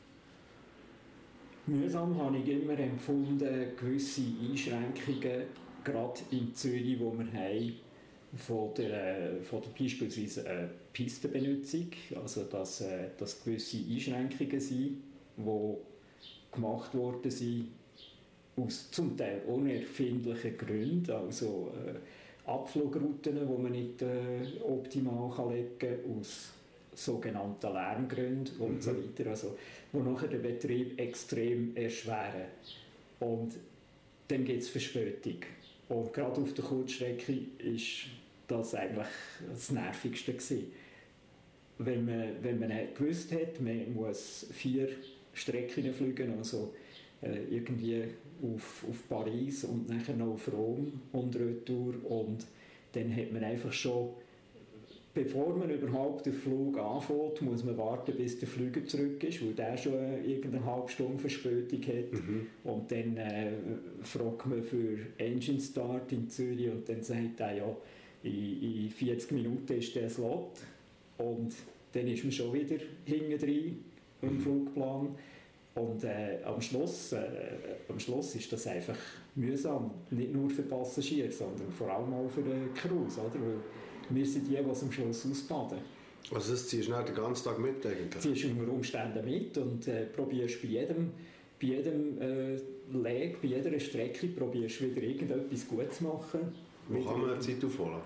Mühsam habe ich immer empfunden, gewisse Einschränkungen, gerade in Zürich, wo wir haben, von der, von der beispielsweise äh, Pistenbenutzung, also dass, äh, dass gewisse Einschränkungen sind, die gemacht worden sind, aus zum Teil unerfindlichen Gründen, also äh, Abflugrouten, die man nicht äh, optimal kann legen kann, aus sogenannten Lärmgründen und mhm. so weiter, also, wo nachher den Betrieb extrem erschweren. Und dann gibt es Verspätung. Und gerade auf der Kurzstrecke ist das eigentlich das Nervigste gewesen. Wenn man, wenn man gewusst hat, man muss vier Strecken fliegen, also äh, irgendwie auf, auf Paris und nachher noch auf Rom und retour, und dann hat man einfach schon, bevor man überhaupt den Flug anfängt, muss man warten, bis der Flüger zurück ist, weil der schon irgendeine halbe Stunde Verspätung hat. Mhm. Und dann äh, fragt man für Engine Start in Zürich und dann sagt er, ja, in, in vierzig Minuten ist der Slot. Und dann ist man schon wieder hinten drin im mhm. Flugplan. Und äh, am, Schluss, äh, am Schluss ist das einfach mühsam, nicht nur für Passagiere, sondern vor allem auch für die Crews, oder? Weil wir sind die, die es am Schluss ausbaden. Also das ziehst du nicht den ganzen Tag mit eigentlich? Ziehst du unter Umständen mit und äh, probierst bei jedem, bei jedem äh, Leg, bei jeder Strecke probierst wieder irgendetwas gut zu machen. Wo kann man Zeit aufholen?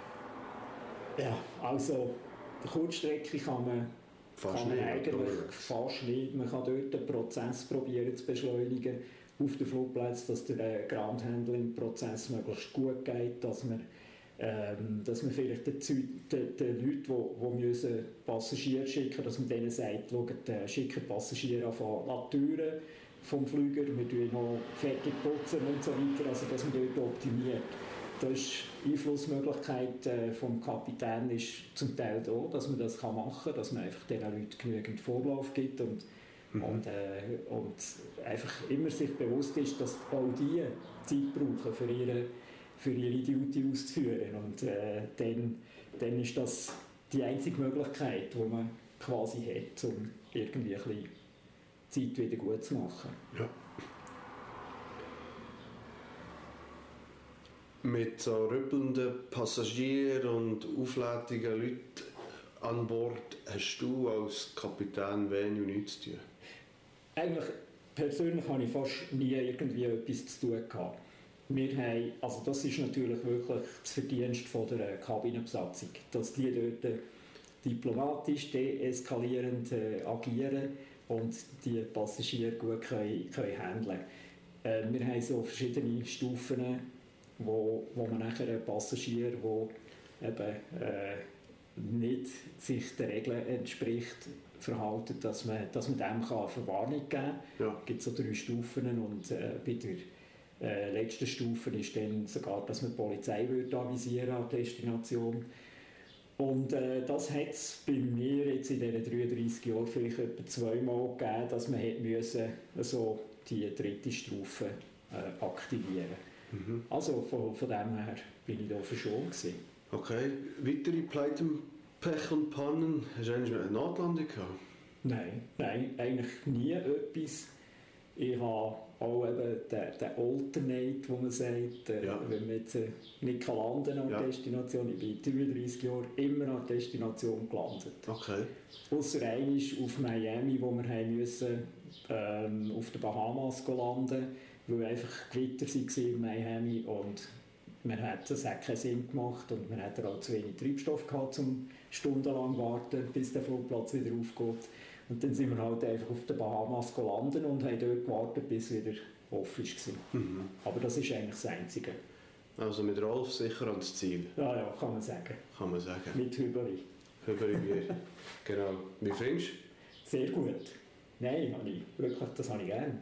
Ja, also die Kurzstrecke kann man, fast kann man nicht, eigentlich oder? fast nicht. Man kann dort den Prozess probieren zu beschleunigen auf den Flugplatz, dass der Ground Handling Prozess möglichst gut geht, dass man Ähm, dass man vielleicht den, den, den Leuten, die, die müssen Passagiere schicken, dass man denen sagt, schaut, äh, schicken Passagiere an die Türen vom Flüger, wir putzen noch fertig putzen und so weiter, also dass man dort optimiert. Das ist Einflussmöglichkeit äh, vom Kapitän ist zum Teil da, dass man das kann machen kann, dass man einfach diesen Leuten genügend Vorlauf gibt und, mhm. und, äh, und einfach immer sich bewusst ist, dass auch die Zeit brauchen für ihre für ihre Duty auszuführen. Und äh, dann, dann ist das die einzige Möglichkeit, die man quasi hat, um irgendwie ein bisschen Zeit wieder gut zu machen. Ja. Mit so rüppelnden Passagieren und auflädigen Leuten an Bord hast du als Kapitän wenig und nichts zu tun? eigentlich persönlich habe ich fast nie irgendwie etwas zu tun gehabt. Wir haben, also das ist natürlich wirklich das Verdienst von der Kabinenbesatzung, dass die dort diplomatisch, deeskalierend äh, agieren und die Passagiere gut können, können handeln. Äh, wir haben so verschiedene Stufen, wo, wo man nachher einen Passagier, der eben äh, nicht sich den Regeln entspricht, verhalten, dass man, dass man dem kann eine Verwarnung geben kann. Ja. Es gibt so drei Stufen und äh, bei der äh, letzten Stufe ist dann sogar, dass man die Polizei würde avisieren an der Destination. Und äh, das hat es bei mir jetzt in diesen dreiunddreissig Jahren vielleicht etwa zweimal gegeben, dass man hätte müssen, also die dritte Stufe äh, aktivieren. Mhm. Also von, von dem her bin ich da verschont gewesen. Okay, weitere Pleiten, Pech und Pannen, hast du eigentlich eine Notlandung gehabt? Nein, nein, eigentlich nie etwas. Ich habe auch eben den, den Alternate, wo man sagt, äh, Ja. wenn man jetzt äh, nicht kann landen an der Ja. Destination, ich bin dreiunddreissig Jahre immer an der Destination gelandet. Okay. Ausser einmal auf Miami, wo wir haben müssen, ähm, auf den Bahamas landen, weil einfach Gewitter waren in Miami und man hat, das hat keinen Sinn gemacht und man hatte auch zu wenig Treibstoff gehabt, um stundenlang zu warten, bis der Flugplatz wieder aufgeht. Und dann sind wir halt einfach auf den Bahamas gelandet und haben dort gewartet, bis es wieder offen war. Mhm. Aber das ist eigentlich das Einzige. Also mit Rolf sicher ans Ziel, Ja, ja, kann man sagen. kann man sagen. Mit Hüberi. Über Bier. Genau. Wie findest du? Sehr gut. Nein, habe ich, wirklich, das habe ich gerne.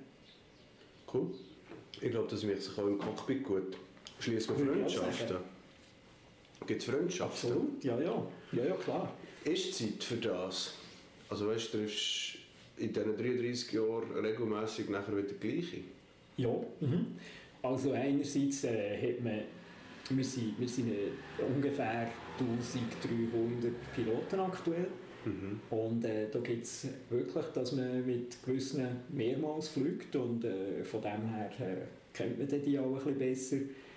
Cool. Ich glaube, das wirkt sich auch im Cockpit gut. Schließt man Würde ich auch Freundschaften? sagen. Gibt es Freundschaften? Absolut, ja, ja. Ja, ja, klar. Ist Zeit für das? Also weißt du, du triffst in diesen dreiunddreissig Jahren regelmässig nachher wieder die gleiche? Ja, mhm. Also einerseits äh, hat man, wir sind, wir sind äh, ungefähr eintausenddreihundert Piloten aktuell. Mhm. Und äh, da gibt es wirklich, dass man mit gewissen mehrmals fliegt und äh, von dem her äh, kennt man die auch ein bisschen besser.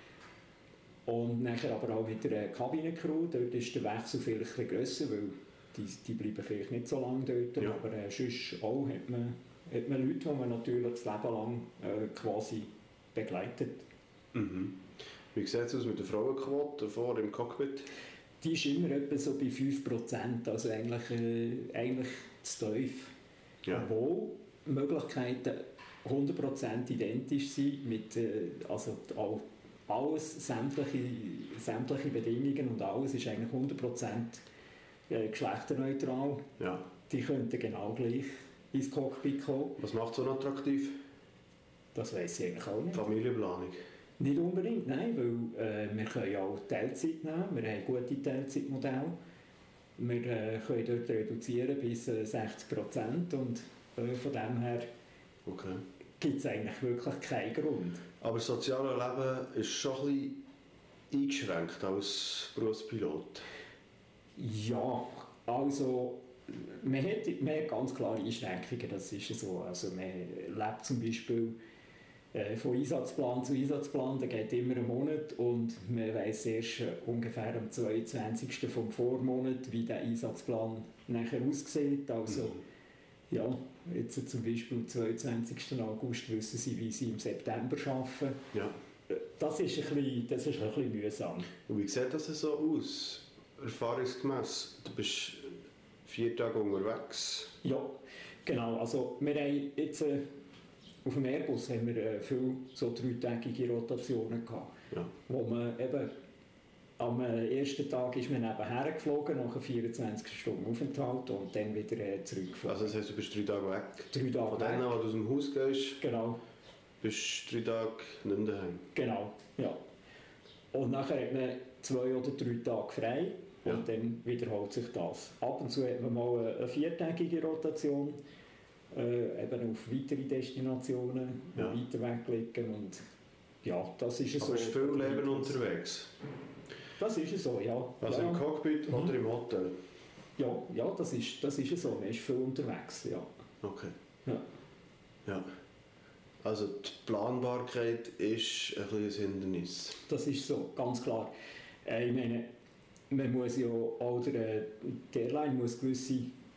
Und nachher aber auch mit der Kabinencrew, dort ist der Wechsel vielleicht ein bisschen grösser, weil die, die bleiben vielleicht nicht so lange dort, Ja. aber äh, sonst auch hat man, hat man Leute, die man natürlich das Leben lang äh, quasi begleitet. Mhm. Wie sieht es aus mit der Frauenquote vor im Cockpit? Die ist immer etwa so bei fünf Prozent, also eigentlich, äh, eigentlich zu tief. Ja. Obwohl Möglichkeiten hundert Prozent identisch sind, mit äh, also all, alles, sämtliche, sämtliche Bedingungen und alles ist eigentlich hundert Prozent äh, geschlechterneutral. Ja. Die könnten genau gleich ins Cockpit kommen. Was macht so attraktiv? Das weiss ich eigentlich auch nicht. Familienplanung. Nicht unbedingt, nein, weil äh, wir können ja auch Teilzeit nehmen, wir haben gute Teilzeitmodelle. Wir äh, können dort reduzieren bis äh, sechzig Prozent und äh, von dem her Okay. gibt es eigentlich wirklich keinen Grund. Aber das soziale Leben ist schon ein bisschen eingeschränkt als Berufspilot. Ja, also man hat, man hat ganz klare Einschränkungen, das ist so. Also man lebt zum Beispiel äh, von Einsatzplan zu Einsatzplan, der geht immer einen Monat und man weiss erst äh, ungefähr am zweiundzwanzigsten vom Vormonat, wie der Einsatzplan nachher aussieht. Also Mhm. ja, jetzt zum Beispiel am zweiundzwanzigsten August wissen sie, wie sie im September arbeiten. Ja. Das ist ein bisschen, das ist ein bisschen mühsam. Und wie sieht das so aus, erfahrungsgemäss? Du bist vier Tage unterwegs. Ja, genau. Also wir haben jetzt äh, auf dem Airbus haben wir äh, viele so dreitägige Rotationen gehabt, Ja. wo man eben am äh, ersten Tag ist man nebenher geflogen, nach vierundzwanzig Stunden Aufenthalt und dann wieder äh, zurückgeflogen. Also das heisst, du bist drei Tage weg. Drei Tage Von denen, weg. wo du aus dem Haus gehst, Genau, bist du drei Tage nicht mehr daheim. genau, ja. Und nachher hat man zwei oder drei Tage frei und Ja. dann wiederholt sich das. Ab und zu hat man mal eine, eine viertägige Rotation, äh, eben auf weitere Destinationen, die Ja. weiter weg liegen und ja, das ist es Aber so. ist viel Leben unterwegs. Das ist es so, ja. Also ja. im Cockpit Mhm. oder im Hotel. Ja, ja, das ist, das ist es so, man ist viel unterwegs, ja. Okay. Ja. Ja. Also die Planbarkeit ist ein bisschen ein Hindernis. Das ist so, ganz klar. Äh, ich meine, man muss ja, oder äh, die Airline muss gewisse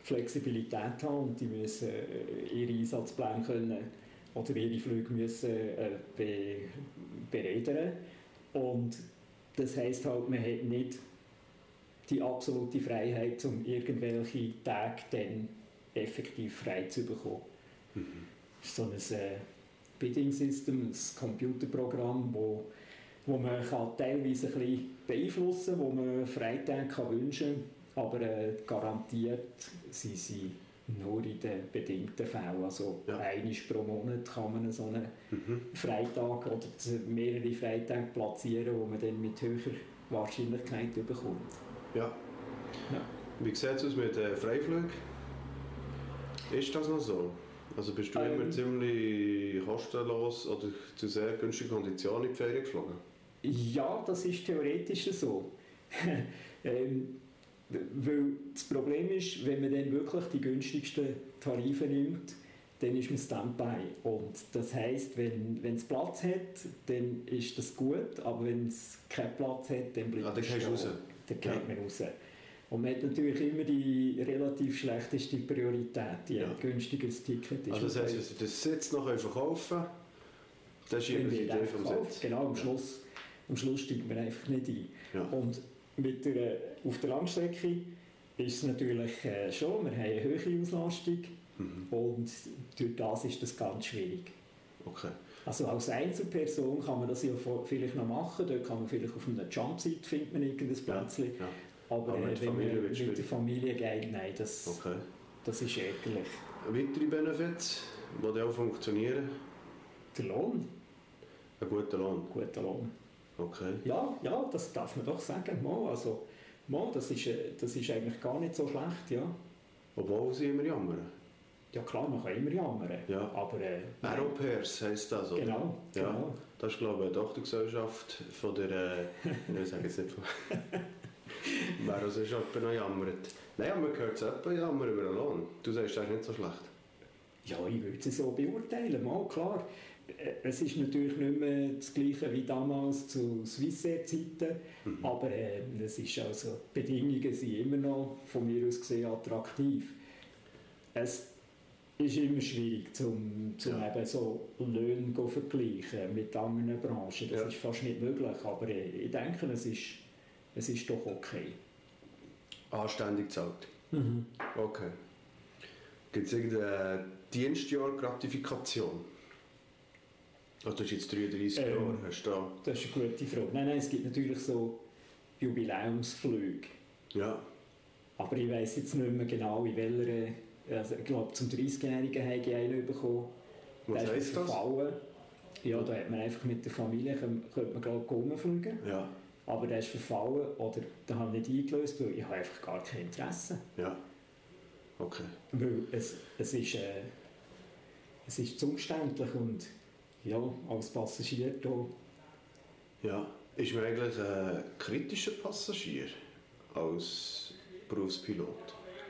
Flexibilität haben und die müssen ihre Einsatzpläne können oder ihre Flüge müssen äh, be, bereitern. Und das heisst halt, man hat nicht die absolute Freiheit, um irgendwelche Tage dann effektiv frei zu bekommen. Mhm. So ein äh, Bidding System, ein Computerprogramm, wo, wo man kann teilweise ein bisschen beeinflussen kann, wo man Freitage kann wünschen kann, aber äh, garantiert sind sie nur in den bedingten Fällen. Also ja. einmal pro Monat kann man so einen mhm. Freitag oder mehrere Freitage platzieren, wo man dann mit höherer Wahrscheinlichkeit bekommt. Ja. ja. Wie sieht es aus mit äh, Freiflügen? Ist das noch so? Also bist du ähm, immer ziemlich kostenlos oder zu sehr günstigen Konditionen in die Ferien geflogen? Ja, das ist theoretisch so. ähm, weil das Problem ist, wenn man dann wirklich die günstigsten Tarife nimmt, dann ist man Standby. Und das heisst, wenn, wenn es Platz hat, dann ist das gut, aber wenn es keinen Platz hat, dann bleibt ah, dann es stehen. Raus. Dann geht ja. man raus. Und man hat natürlich immer die relativ schlechteste Priorität, die ja. ein günstiges Ticket ist. Also das heisst, wenn Sie das Sitz noch verkaufen können, dann schieben Sie den vom Sitz. Genau, am Schluss, am Schluss steigt man einfach nicht ein. Ja. Und mit der, auf der Langstrecke ist es natürlich äh, schon, wir haben eine hohe Auslastung mhm. und durch das ist das ganz schwierig. Okay. Also als Einzelperson kann man das ja vielleicht noch machen, dort kann man vielleicht auf einer Jumpseat findet man irgendein Plätzchen. Ja. Ja. Aber, Aber mit, äh, wenn man mit der Familie geht, nein, das, okay. das ist ärgerlich. Weitere Benefits, die auch funktionieren? Der Lohn. Ein guter Lohn? Guter Lohn. Okay. Ja, ja, das darf man doch sagen. Mal, also, mal, das, ist, das ist eigentlich gar nicht so schlecht, ja. Obwohl sie immer jammern? Ja klar, man kann immer jammern. Ja. Aber, äh, Aeropairs heisst das, oder? Genau, ja. genau. Das ist, glaube ich, eine Tochtergesellschaft von der... Äh, ich sage jetzt nicht von... Wer also schon noch jammert. Nein, aber man hört es jemanden jammern über den Lohn. Du sagst, das ist nicht so schlecht. Ja, ich würde es so beurteilen, mal klar. Es ist natürlich nicht mehr das Gleiche wie damals zu Swissair-Zeiten, mhm. aber äh, es ist also, die Bedingungen sind immer noch von mir aus gesehen attraktiv. Es ist immer schwierig, zum, zum ja. eben so Löhne zu vergleichen mit anderen Branchen. Das ja. ist fast nicht möglich, aber äh, ich denke, es ist, es ist doch okay. Anständig gezahlt? Mhm. Okay. Gibt es irgendeine Dienstjahr-Gratifikation? Also du hast jetzt dreiunddreissig ähm, Jahre, hast du da... Das ist eine gute Frage. Nein, nein, es gibt natürlich so Jubiläumsflüge. Ja. Aber ich weiss jetzt nicht mehr genau, in welcher... Also ich glaube, zum dreißigjährigen habe ich einen bekommen. Was heisst das? Ja, da hat man einfach mit der Familie, könnte man glaube ich rumfliegen. Ja. Aber der ist verfallen oder da habe ich nicht eingelöst, weil ich habe einfach gar kein Interesse. Ja. Okay. Weil es, es, ist, äh, es ist zu umständlich und ja, als Passagier da. Ja. Ist man eigentlich ein kritischer Passagier als Berufspilot?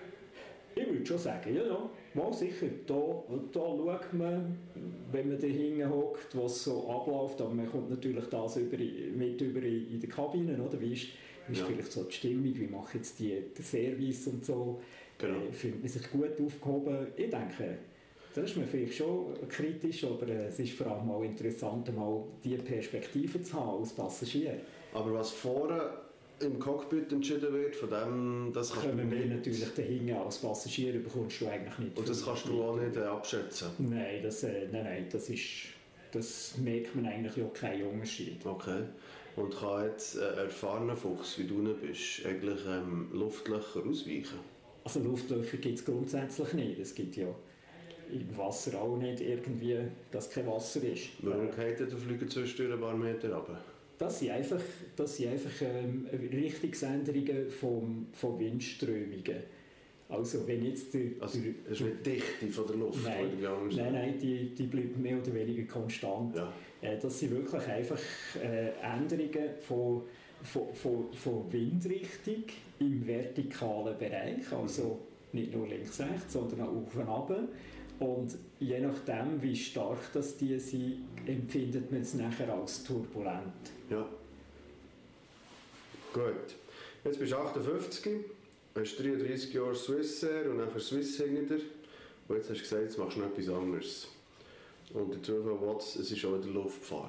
Ich würde schon sagen, ja, ja, mal sicher. Da, da schaut man, wenn man da hinten hockt, was so abläuft, aber man kommt natürlich das über, mit über in der Kabine, oder? Wie ist, wie ist ja. vielleicht so die Stimmung, wie macht jetzt die, der Service und so? Genau. Äh, fühlt man sich gut aufgehoben? Ich denke, das ist mir vielleicht schon kritisch, aber es ist vor allem auch interessant, mal diese Perspektive zu haben als Passagier. Aber was vorne im Cockpit entschieden wird, von dem, das kannst können du wir nicht... natürlich dahinten als Passagier bekommst du eigentlich nicht. Und das kannst du auch nicht äh, abschätzen? Nein, das, äh, nein, nein, das ist... Das merkt man eigentlich auch keinen Unterschied. Okay. Und kann jetzt ein erfahrener Fuchs, wie du nicht bist, eigentlich ähm, Luftlöcher ausweichen? Also Luftlöcher gibt es grundsätzlich nicht. Es gibt ja im Wasser auch nicht irgendwie, dass kein Wasser ist. Warum geht der Flieger zwischendurch ein paar Meter runter? Das sind einfach, das sind einfach ähm, Richtungsänderungen vom, von Windströmungen. Also wenn jetzt der, also es ist nicht die Dichte von der Luft? Nein, nein, nein die, die bleibt mehr oder weniger konstant. Ja. Äh, das sind wirklich einfach äh, Änderungen von, von, von, von Windrichtung im vertikalen Bereich, also nicht nur links-rechts, sondern auch auf und runter. Und je nachdem, wie stark das die sind, empfindet man es nachher als turbulent. Ja. Gut. Jetzt bist du achtundfünfzig. hast dreiunddreissig Jahre Swissair und nachher Swiss hinter dir. Und jetzt hast du gesagt, jetzt machst du noch etwas anderes. Und der zwölf Watts, es ist auch wieder Luftfahrt.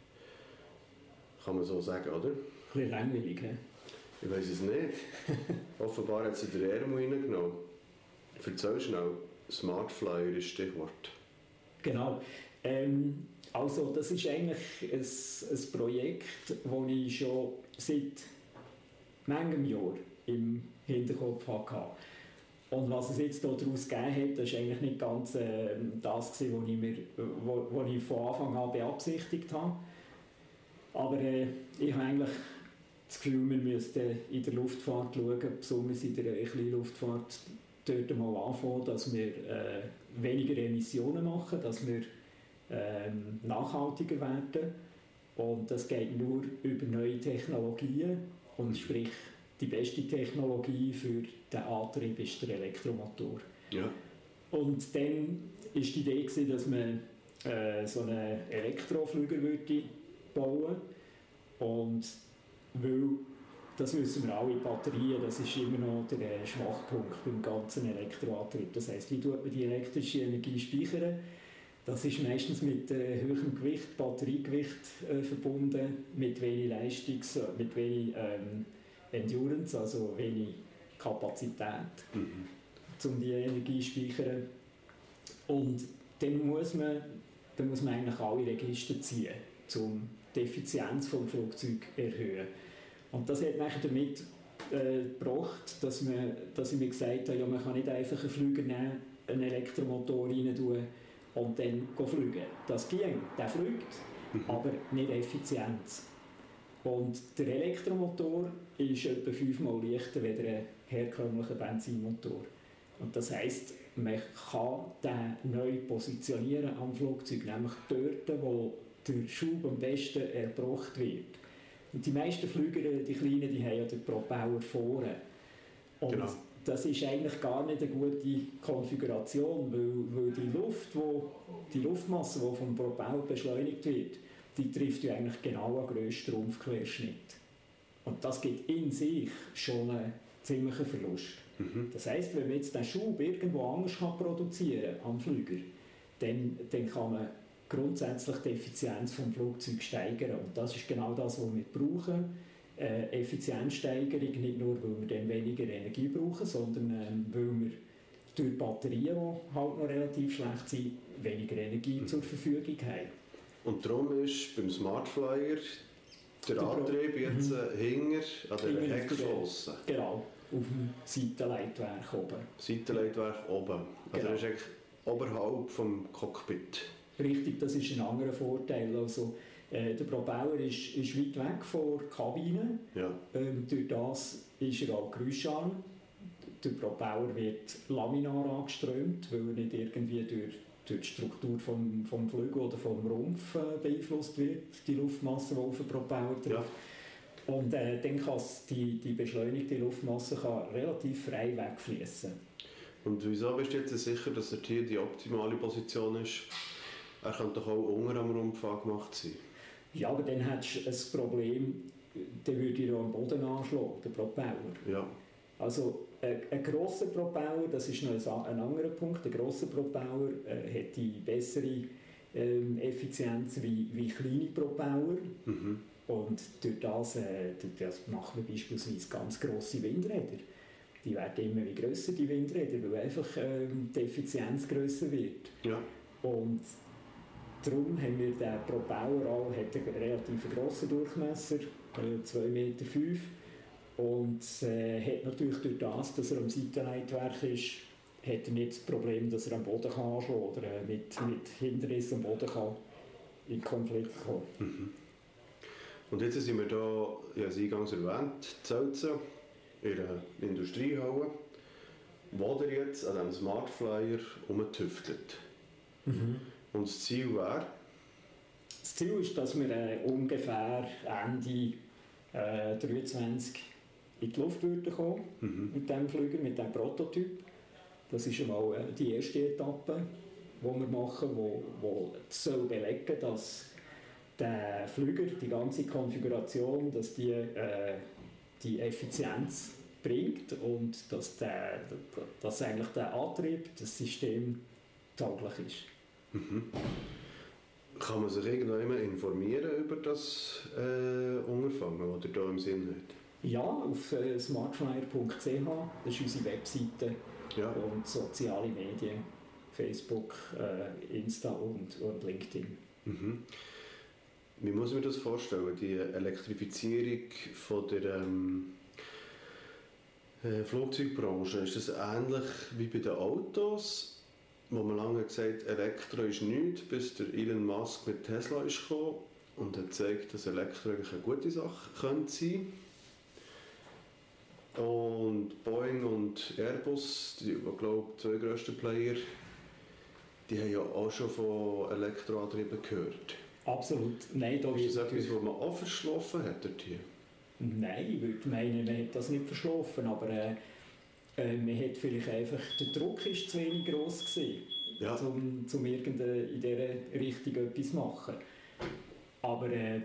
Kann man so sagen, oder? Ein bisschen langweilig, he? Ich weiss es nicht. Offenbar hat sie den Ärmel reingenommen. Erzähl schnell, Smart Flyer ist Stichwort. Genau. Ähm, also das ist eigentlich ein, ein Projekt, das ich schon seit manchem Jahr im Hinterkopf hatte. Und was es jetzt daraus gegeben hat, das war eigentlich nicht ganz äh, das, was ich, mir, wo, wo ich von Anfang an beabsichtigt habe. Aber äh, ich habe eigentlich das Gefühl, wir müssten in der Luftfahrt schauen, besonders in der Kleinluftfahrt, dort mal anfangen, dass wir äh, weniger Emissionen machen, dass wir äh, nachhaltiger werden. Und das geht nur über neue Technologien. Und sprich, die beste Technologie für den Antrieb ist der Elektromotor. Ja. Und dann war die Idee, dass man äh, so einen Elektroflüger bauen würde. Und weil, das wissen wir alle, Batterien, das ist immer noch der Schwachpunkt beim ganzen Elektroantrieb. Das heisst, wie tut man die elektrische Energie speichern? Das ist meistens mit äh, hohem Gewicht, Batteriegewicht äh, verbunden, mit wenig Leistung, mit wenig ähm, Endurance, also wenig Kapazität, mhm. um die Energie zu speichern. Und dann muss man, dann muss man eigentlich alle Register ziehen, um die Effizienz des Flugzeugs zu erhöhen. Und das hat nachher damit äh, gebracht, dass, man, dass ich mir gesagt habe, ja, man kann nicht einfach einen Flüger nehmen, einen Elektromotor rein tun und dann fliegen. Das ging, der fliegt, mhm. aber nicht effizient. Und der Elektromotor ist etwa fünfmal leichter als ein herkömmlicher Benzinmotor. Und das heisst, man kann den neu positionieren am Flugzeug, nämlich dort, wo der Schub am besten erbracht wird. Und die meisten Flüger, die kleinen, die haben ja den Propeller vorne. Und genau. Das ist eigentlich gar nicht eine gute Konfiguration, weil, weil die Luft, wo, die Luftmasse, die vom Propeller beschleunigt wird, die trifft ja eigentlich genau einen grössten Rumpfquerschnitt. Und das gibt in sich schon einen ziemlichen Verlust. Mhm. Das heisst, wenn man jetzt den Schub irgendwo anders kann produzieren am Flüger, dann, dann kann man grundsätzlich die Effizienz des Flugzeugs steigern. Und das ist genau das, was wir brauchen. Äh, Effizienzsteigerung, nicht nur, weil wir dann weniger Energie brauchen, sondern ähm, weil wir durch Batterien, die halt noch relativ schlecht sind, weniger Energie mhm. zur Verfügung haben. Und darum ist beim Smart Flyer der, der Antrieb jetzt mhm. hinter an der Heckflosse. Genau, auf dem Seitenleitwerk oben. Seitenleitwerk oben. Also genau. Das ist eigentlich oberhalb vom Cockpit. Richtig, das ist ein anderer Vorteil. Also, äh, der Propeller ist, ist weit weg von der Kabine. Ja. Ähm, durch das ist er auch geräuscharm. Der Propeller wird laminar angeströmt, weil er nicht irgendwie durch, durch die Struktur vom, vom Flügel oder vom Rumpf äh, beeinflusst wird, die Luftmasse, die auf den Propeller trifft. Ja. Und äh, dann kann die, die beschleunigte Luftmasse kann relativ frei wegfließen. Und wieso bist du jetzt sicher, dass er hier die optimale Position ist? Er könnte doch auch unter am Rumpf angemacht sein. Ja, aber dann hättest du ein Problem, dann würde er am Boden anschlagen, der Propeller. Ja. Also ein, ein grosser Propeller, das ist noch ein, ein anderer Punkt, ein grosser Propeller äh, hat die bessere ähm, Effizienz wie, wie kleine Propeller. Mhm. Und durch das, äh, durch das machen wir beispielsweise ganz grosse Windräder. Die werden immer wie grösser, die Windräder, weil einfach ähm, die Effizienz grösser wird. Ja. Und darum haben wir den Propeller auch, hat einen relativ grossen Durchmesser, äh, zwei Meter fünf, und äh, hat natürlich durch das, dass er am Seitenleitwerk ist, hat er nicht das Problem, dass er am Boden kann anschlagen oder äh, mit, mit Hindernissen am Boden kann in Konflikt kommen. Mhm. Und jetzt sind wir hier, ich habe es eingangs erwähnt, Zelzen, in einer Industriehalle, wo ihr jetzt an diesem Smart Flyer rumtüftelt. Mhm. Und das Ziel wäre? Das Ziel ist, dass wir äh, ungefähr Ende äh, dreiundzwanzig in die Luft würden kommen mhm. mit diesem Flüger, mit diesem Prototyp. Das ist einmal äh, die erste Etappe, die wir machen, wo, wo soll belegen, dass der Flüger, die ganze Konfiguration, dass die, äh, die Effizienz bringt und dass, der, dass eigentlich der Antrieb, das System tauglich ist. Mhm. Kann man sich irgendwann informieren über das äh, Unterfangen, das ihr hier im Sinn habt? Ja, auf äh, smartflyer punkt c h, das ist unsere Webseite, ja. Und soziale Medien, Facebook, äh, Insta und, und LinkedIn. Mhm. Wie muss man das vorstellen, die Elektrifizierung von der ähm, äh, Flugzeugbranche? Ist das ähnlich wie bei den Autos? Wo man lange gesagt hat, Elektro ist nichts, bis der Elon Musk mit Tesla ist gekommen und hat gezeigt, dass Elektro eigentlich eine gute Sache könnte sein. Und Boeing und Airbus, die, die glaube ich, zwei grössten Player, die haben ja auch schon von Elektroantrieben gehört. Absolut. Nein, da ist das etwas, was man auch verschlafen hat dort hier? Nein, ich würde meinen, man hat das nicht verschlafen, aber äh, äh, man hat vielleicht einfach, der Druck ist zu wenig gross gewesen, ja. um, um in dieser Richtung etwas zu machen. Aber äh,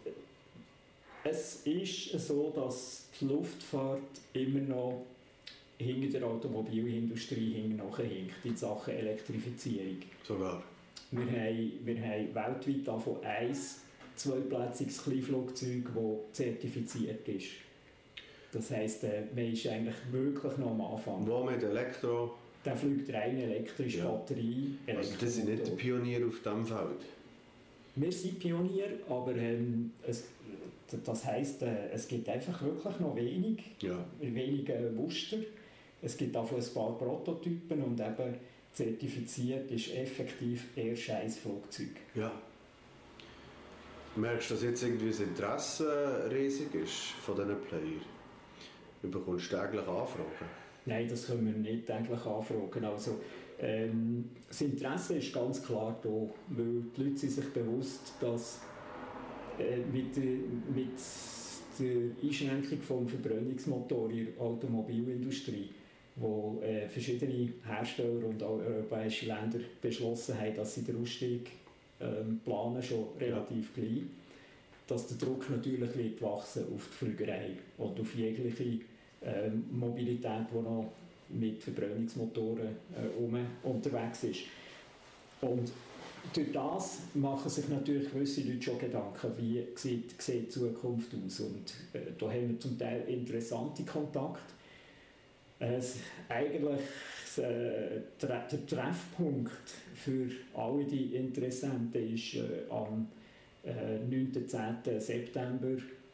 es ist so, dass die Luftfahrt immer noch hinter der Automobilindustrie hinterherhinkt in Sachen Elektrifizierung. Sogar? Wir haben, wir haben weltweit davon ein zweiplätziges Kleinflugzeug, das zertifiziert ist. Das heisst, man ist eigentlich wirklich noch am Anfang. Wo mit Elektro? Der fliegt rein elektrisch, ja. Batterie, also das sind nicht die Pioniere auf diesem Feld? Wir sind Pioniere, aber ähm, es, das heisst, äh, es gibt einfach wirklich noch wenig, ja. wenige Muster. Es gibt davon ein paar Prototypen und eben zertifiziert ist effektiv erst ein Flugzeug. Ja. Merkst du, dass jetzt irgendwie das Interesse riesig ist von diesen Playern? Du bekommst täglich Anfragen? Nein, das können wir nicht täglich anfragen. Also, ähm, das Interesse ist ganz klar da, weil die Leute sind sich bewusst, dass äh, mit, der, mit der Einschränkung des Verbrennungsmotors in der Automobilindustrie, wo äh, verschiedene Hersteller und auch europäische Länder beschlossen haben, dass sie den Ausstieg ähm, planen, schon relativ ja. gleich, dass der Druck natürlich wird wachsen auf die Flügerei und auf jegliche ähm, Mobilität, die noch mit Verbrennungsmotoren äh, um, unterwegs ist. Und durch das machen sich natürlich gewisse Leute schon Gedanken, wie sieht, sieht die Zukunft aus. Und äh, da haben wir zum Teil interessante Kontakte. Äh, eigentlich äh, der Treffpunkt für alle die Interessenten ist äh, am äh, neunten zehnten September,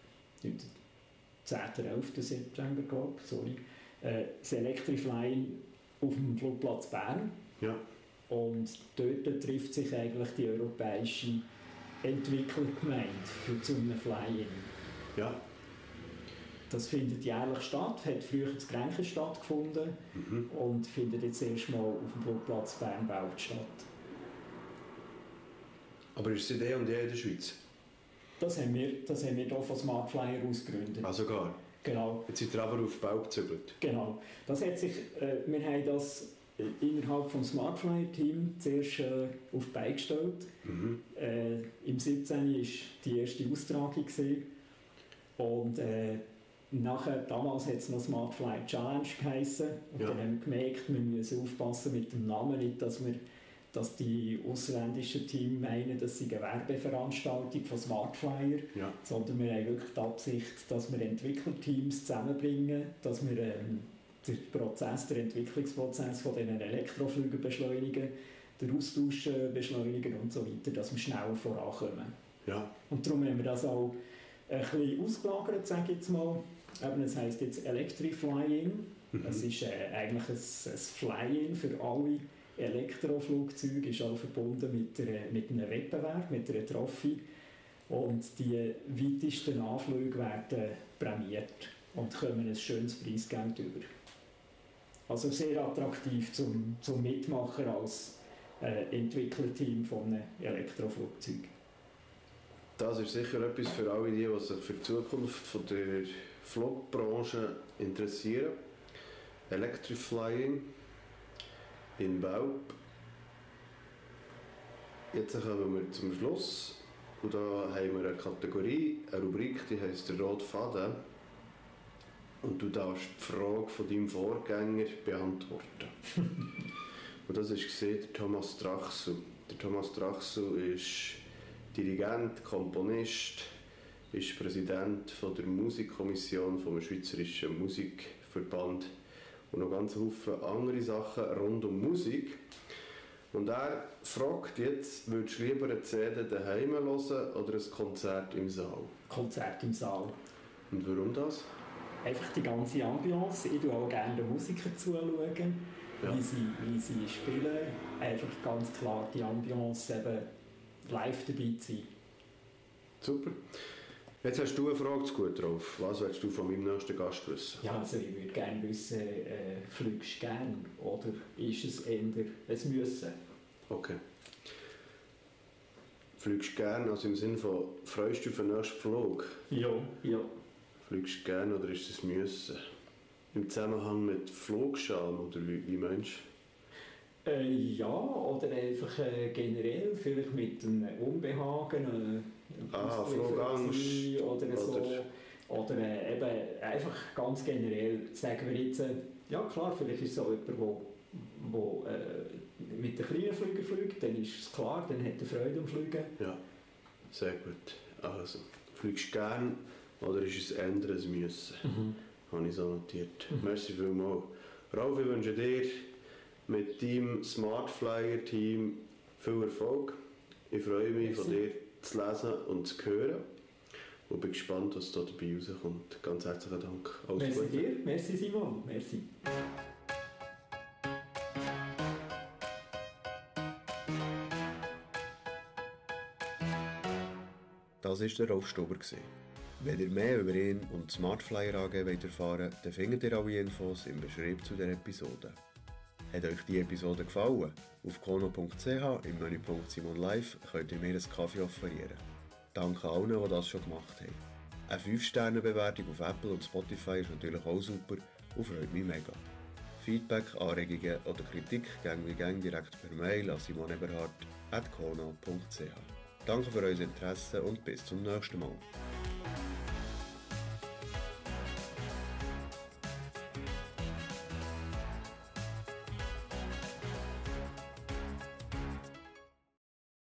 zehnten elften September, glaube ich, sorry, äh, das Electriflying auf dem Flugplatz Bern. Ja. Und dort trifft sich eigentlich die europäische Entwicklergemeinde für zu einem Fly-In. Ja. Das findet jährlich statt, hat früher in Grenchen stattgefunden mhm. und findet jetzt erstmal auf dem Flugplatz Bern-Belp statt. Aber ist es eh und je in der Schweiz? Das haben wir, das haben wir hier von Smartflyer ausgegründet. Ah, sogar? Genau. Jetzt seid ihr aber auf Belp gezügelt? Genau. Das hat sich, äh, wir haben das innerhalb des Smartflyer-Team zuerst äh, auf die Beine gestellt. Mhm. Äh, Im siebzehn war die erste Austragung gewesen. Und äh, nachher, damals hat es noch Smartflyer Challenge geheissen. Und ja. dann haben wir gemerkt, wir müssen aufpassen mit dem Namen, nicht, dass, wir, dass die ausländischen Teams meinen, das sei eine Werbeveranstaltung von Smartflyer, ja. sondern wir haben wirklich die Absicht, dass wir Entwicklerteams zusammenbringen, dass wir ähm, den Prozess, den Entwicklungsprozess von diesen Elektroflügen beschleunigen, den Austausch beschleunigen und so weiter, dass wir schneller vorankommen. Ja. Und darum haben wir das auch ein bisschen ausgelagert, sage ich jetzt mal. Eben, das heisst jetzt Electriflying. Mhm. Das ist äh, eigentlich ein, ein Fly-In für alle Elektroflugzeuge, ist auch verbunden mit, der, mit einem Wettbewerb, mit einer Trophy. Und die weitesten Anflüge werden prämiert und kommen ein schönes Preisgeld über. Also sehr attraktiv zum, zum Mitmachen als äh, Entwicklerteam von einem Elektroflugzeug. Das ist sicher etwas für alle, die, die sich für die Zukunft von der Flugbranche interessieren. Electriflying in Belp. Jetzt kommen wir zum Schluss. Und da haben wir eine Kategorie, eine Rubrik, die heisst der rote Faden. und du darfst die Frage von deinem Vorgänger beantworten. Und das war der Thomas Drachsel. Der Thomas Drachsel ist Dirigent, Komponist, ist Präsident von der Musikkommission vom Schweizerischen Musikverband und noch ganz viele andere Sachen rund um Musik. Und er fragt jetzt, würdest du lieber eine C D daheim hören oder ein Konzert im Saal? Konzert im Saal. Und warum das? Einfach die ganze Ambiance. Ich schaue auch gerne den Musikern zuschauen, ja. wie, sie, wie sie spielen. Einfach ganz klar die Ambiance, eben live dabei zu sein. Super. Jetzt hast du eine Frage zu gut drauf. Was willst du von meinem nächsten Gast wissen? Ja, also ich würde gerne wissen, äh, fliegst du gerne oder ist es eher ein Müssen? Okay. Fliegst du gerne, also im Sinne von, freust du auf den nächsten Flug? Ja, ja. Fliegst du gerne oder ist es ein Müssen? Im Zusammenhang mit Flugscham oder wie, wie meinst du? Äh, ja, oder einfach äh, generell, vielleicht mit einem Unbehagen. Äh, Ah, Flugangst. Oder so. Oder, oder äh, eben einfach ganz generell, sagen wir jetzt, äh, ja klar, vielleicht ist es auch jemand, der äh, mit den kleinen Flügen fliegt, dann ist es klar, dann hat er Freude am Fliegen. Ja, sehr gut. Also, fliegst du gerne oder ist es eher ein Müssen? Mhm. Habe ich so notiert. Mhm. Merci vielmals. Ralf, ich wünsche dir mit deinem Smartflyer-Team viel Erfolg. Ich freue mich, Merci. Von dir zu lesen und zu hören. Und bin gespannt, was da dabei rauskommt. Ganz herzlichen Dank. Alles Merci Gute. Dir. Merci Simon. Merci. Das war der Rolf Stuber. Wenn ihr mehr über ihn und Smartflyer A G erfahren wollt, dann findet ihr alle Infos im Beschrieb zu der Episode. Hat euch die Episode gefallen? Auf kono punkt c h im Menüpunkt Simon Live könnt ihr mir einen Kaffee offerieren. Danke allen, die das schon gemacht haben. Eine fünf Sterne Bewertung auf Apple und Spotify ist natürlich auch super und freut mich mega. Feedback, Anregungen oder Kritik gehen wie gern direkt per Mail an simon eberhard at kono punkt c h. Danke für euer Interesse und bis zum nächsten Mal.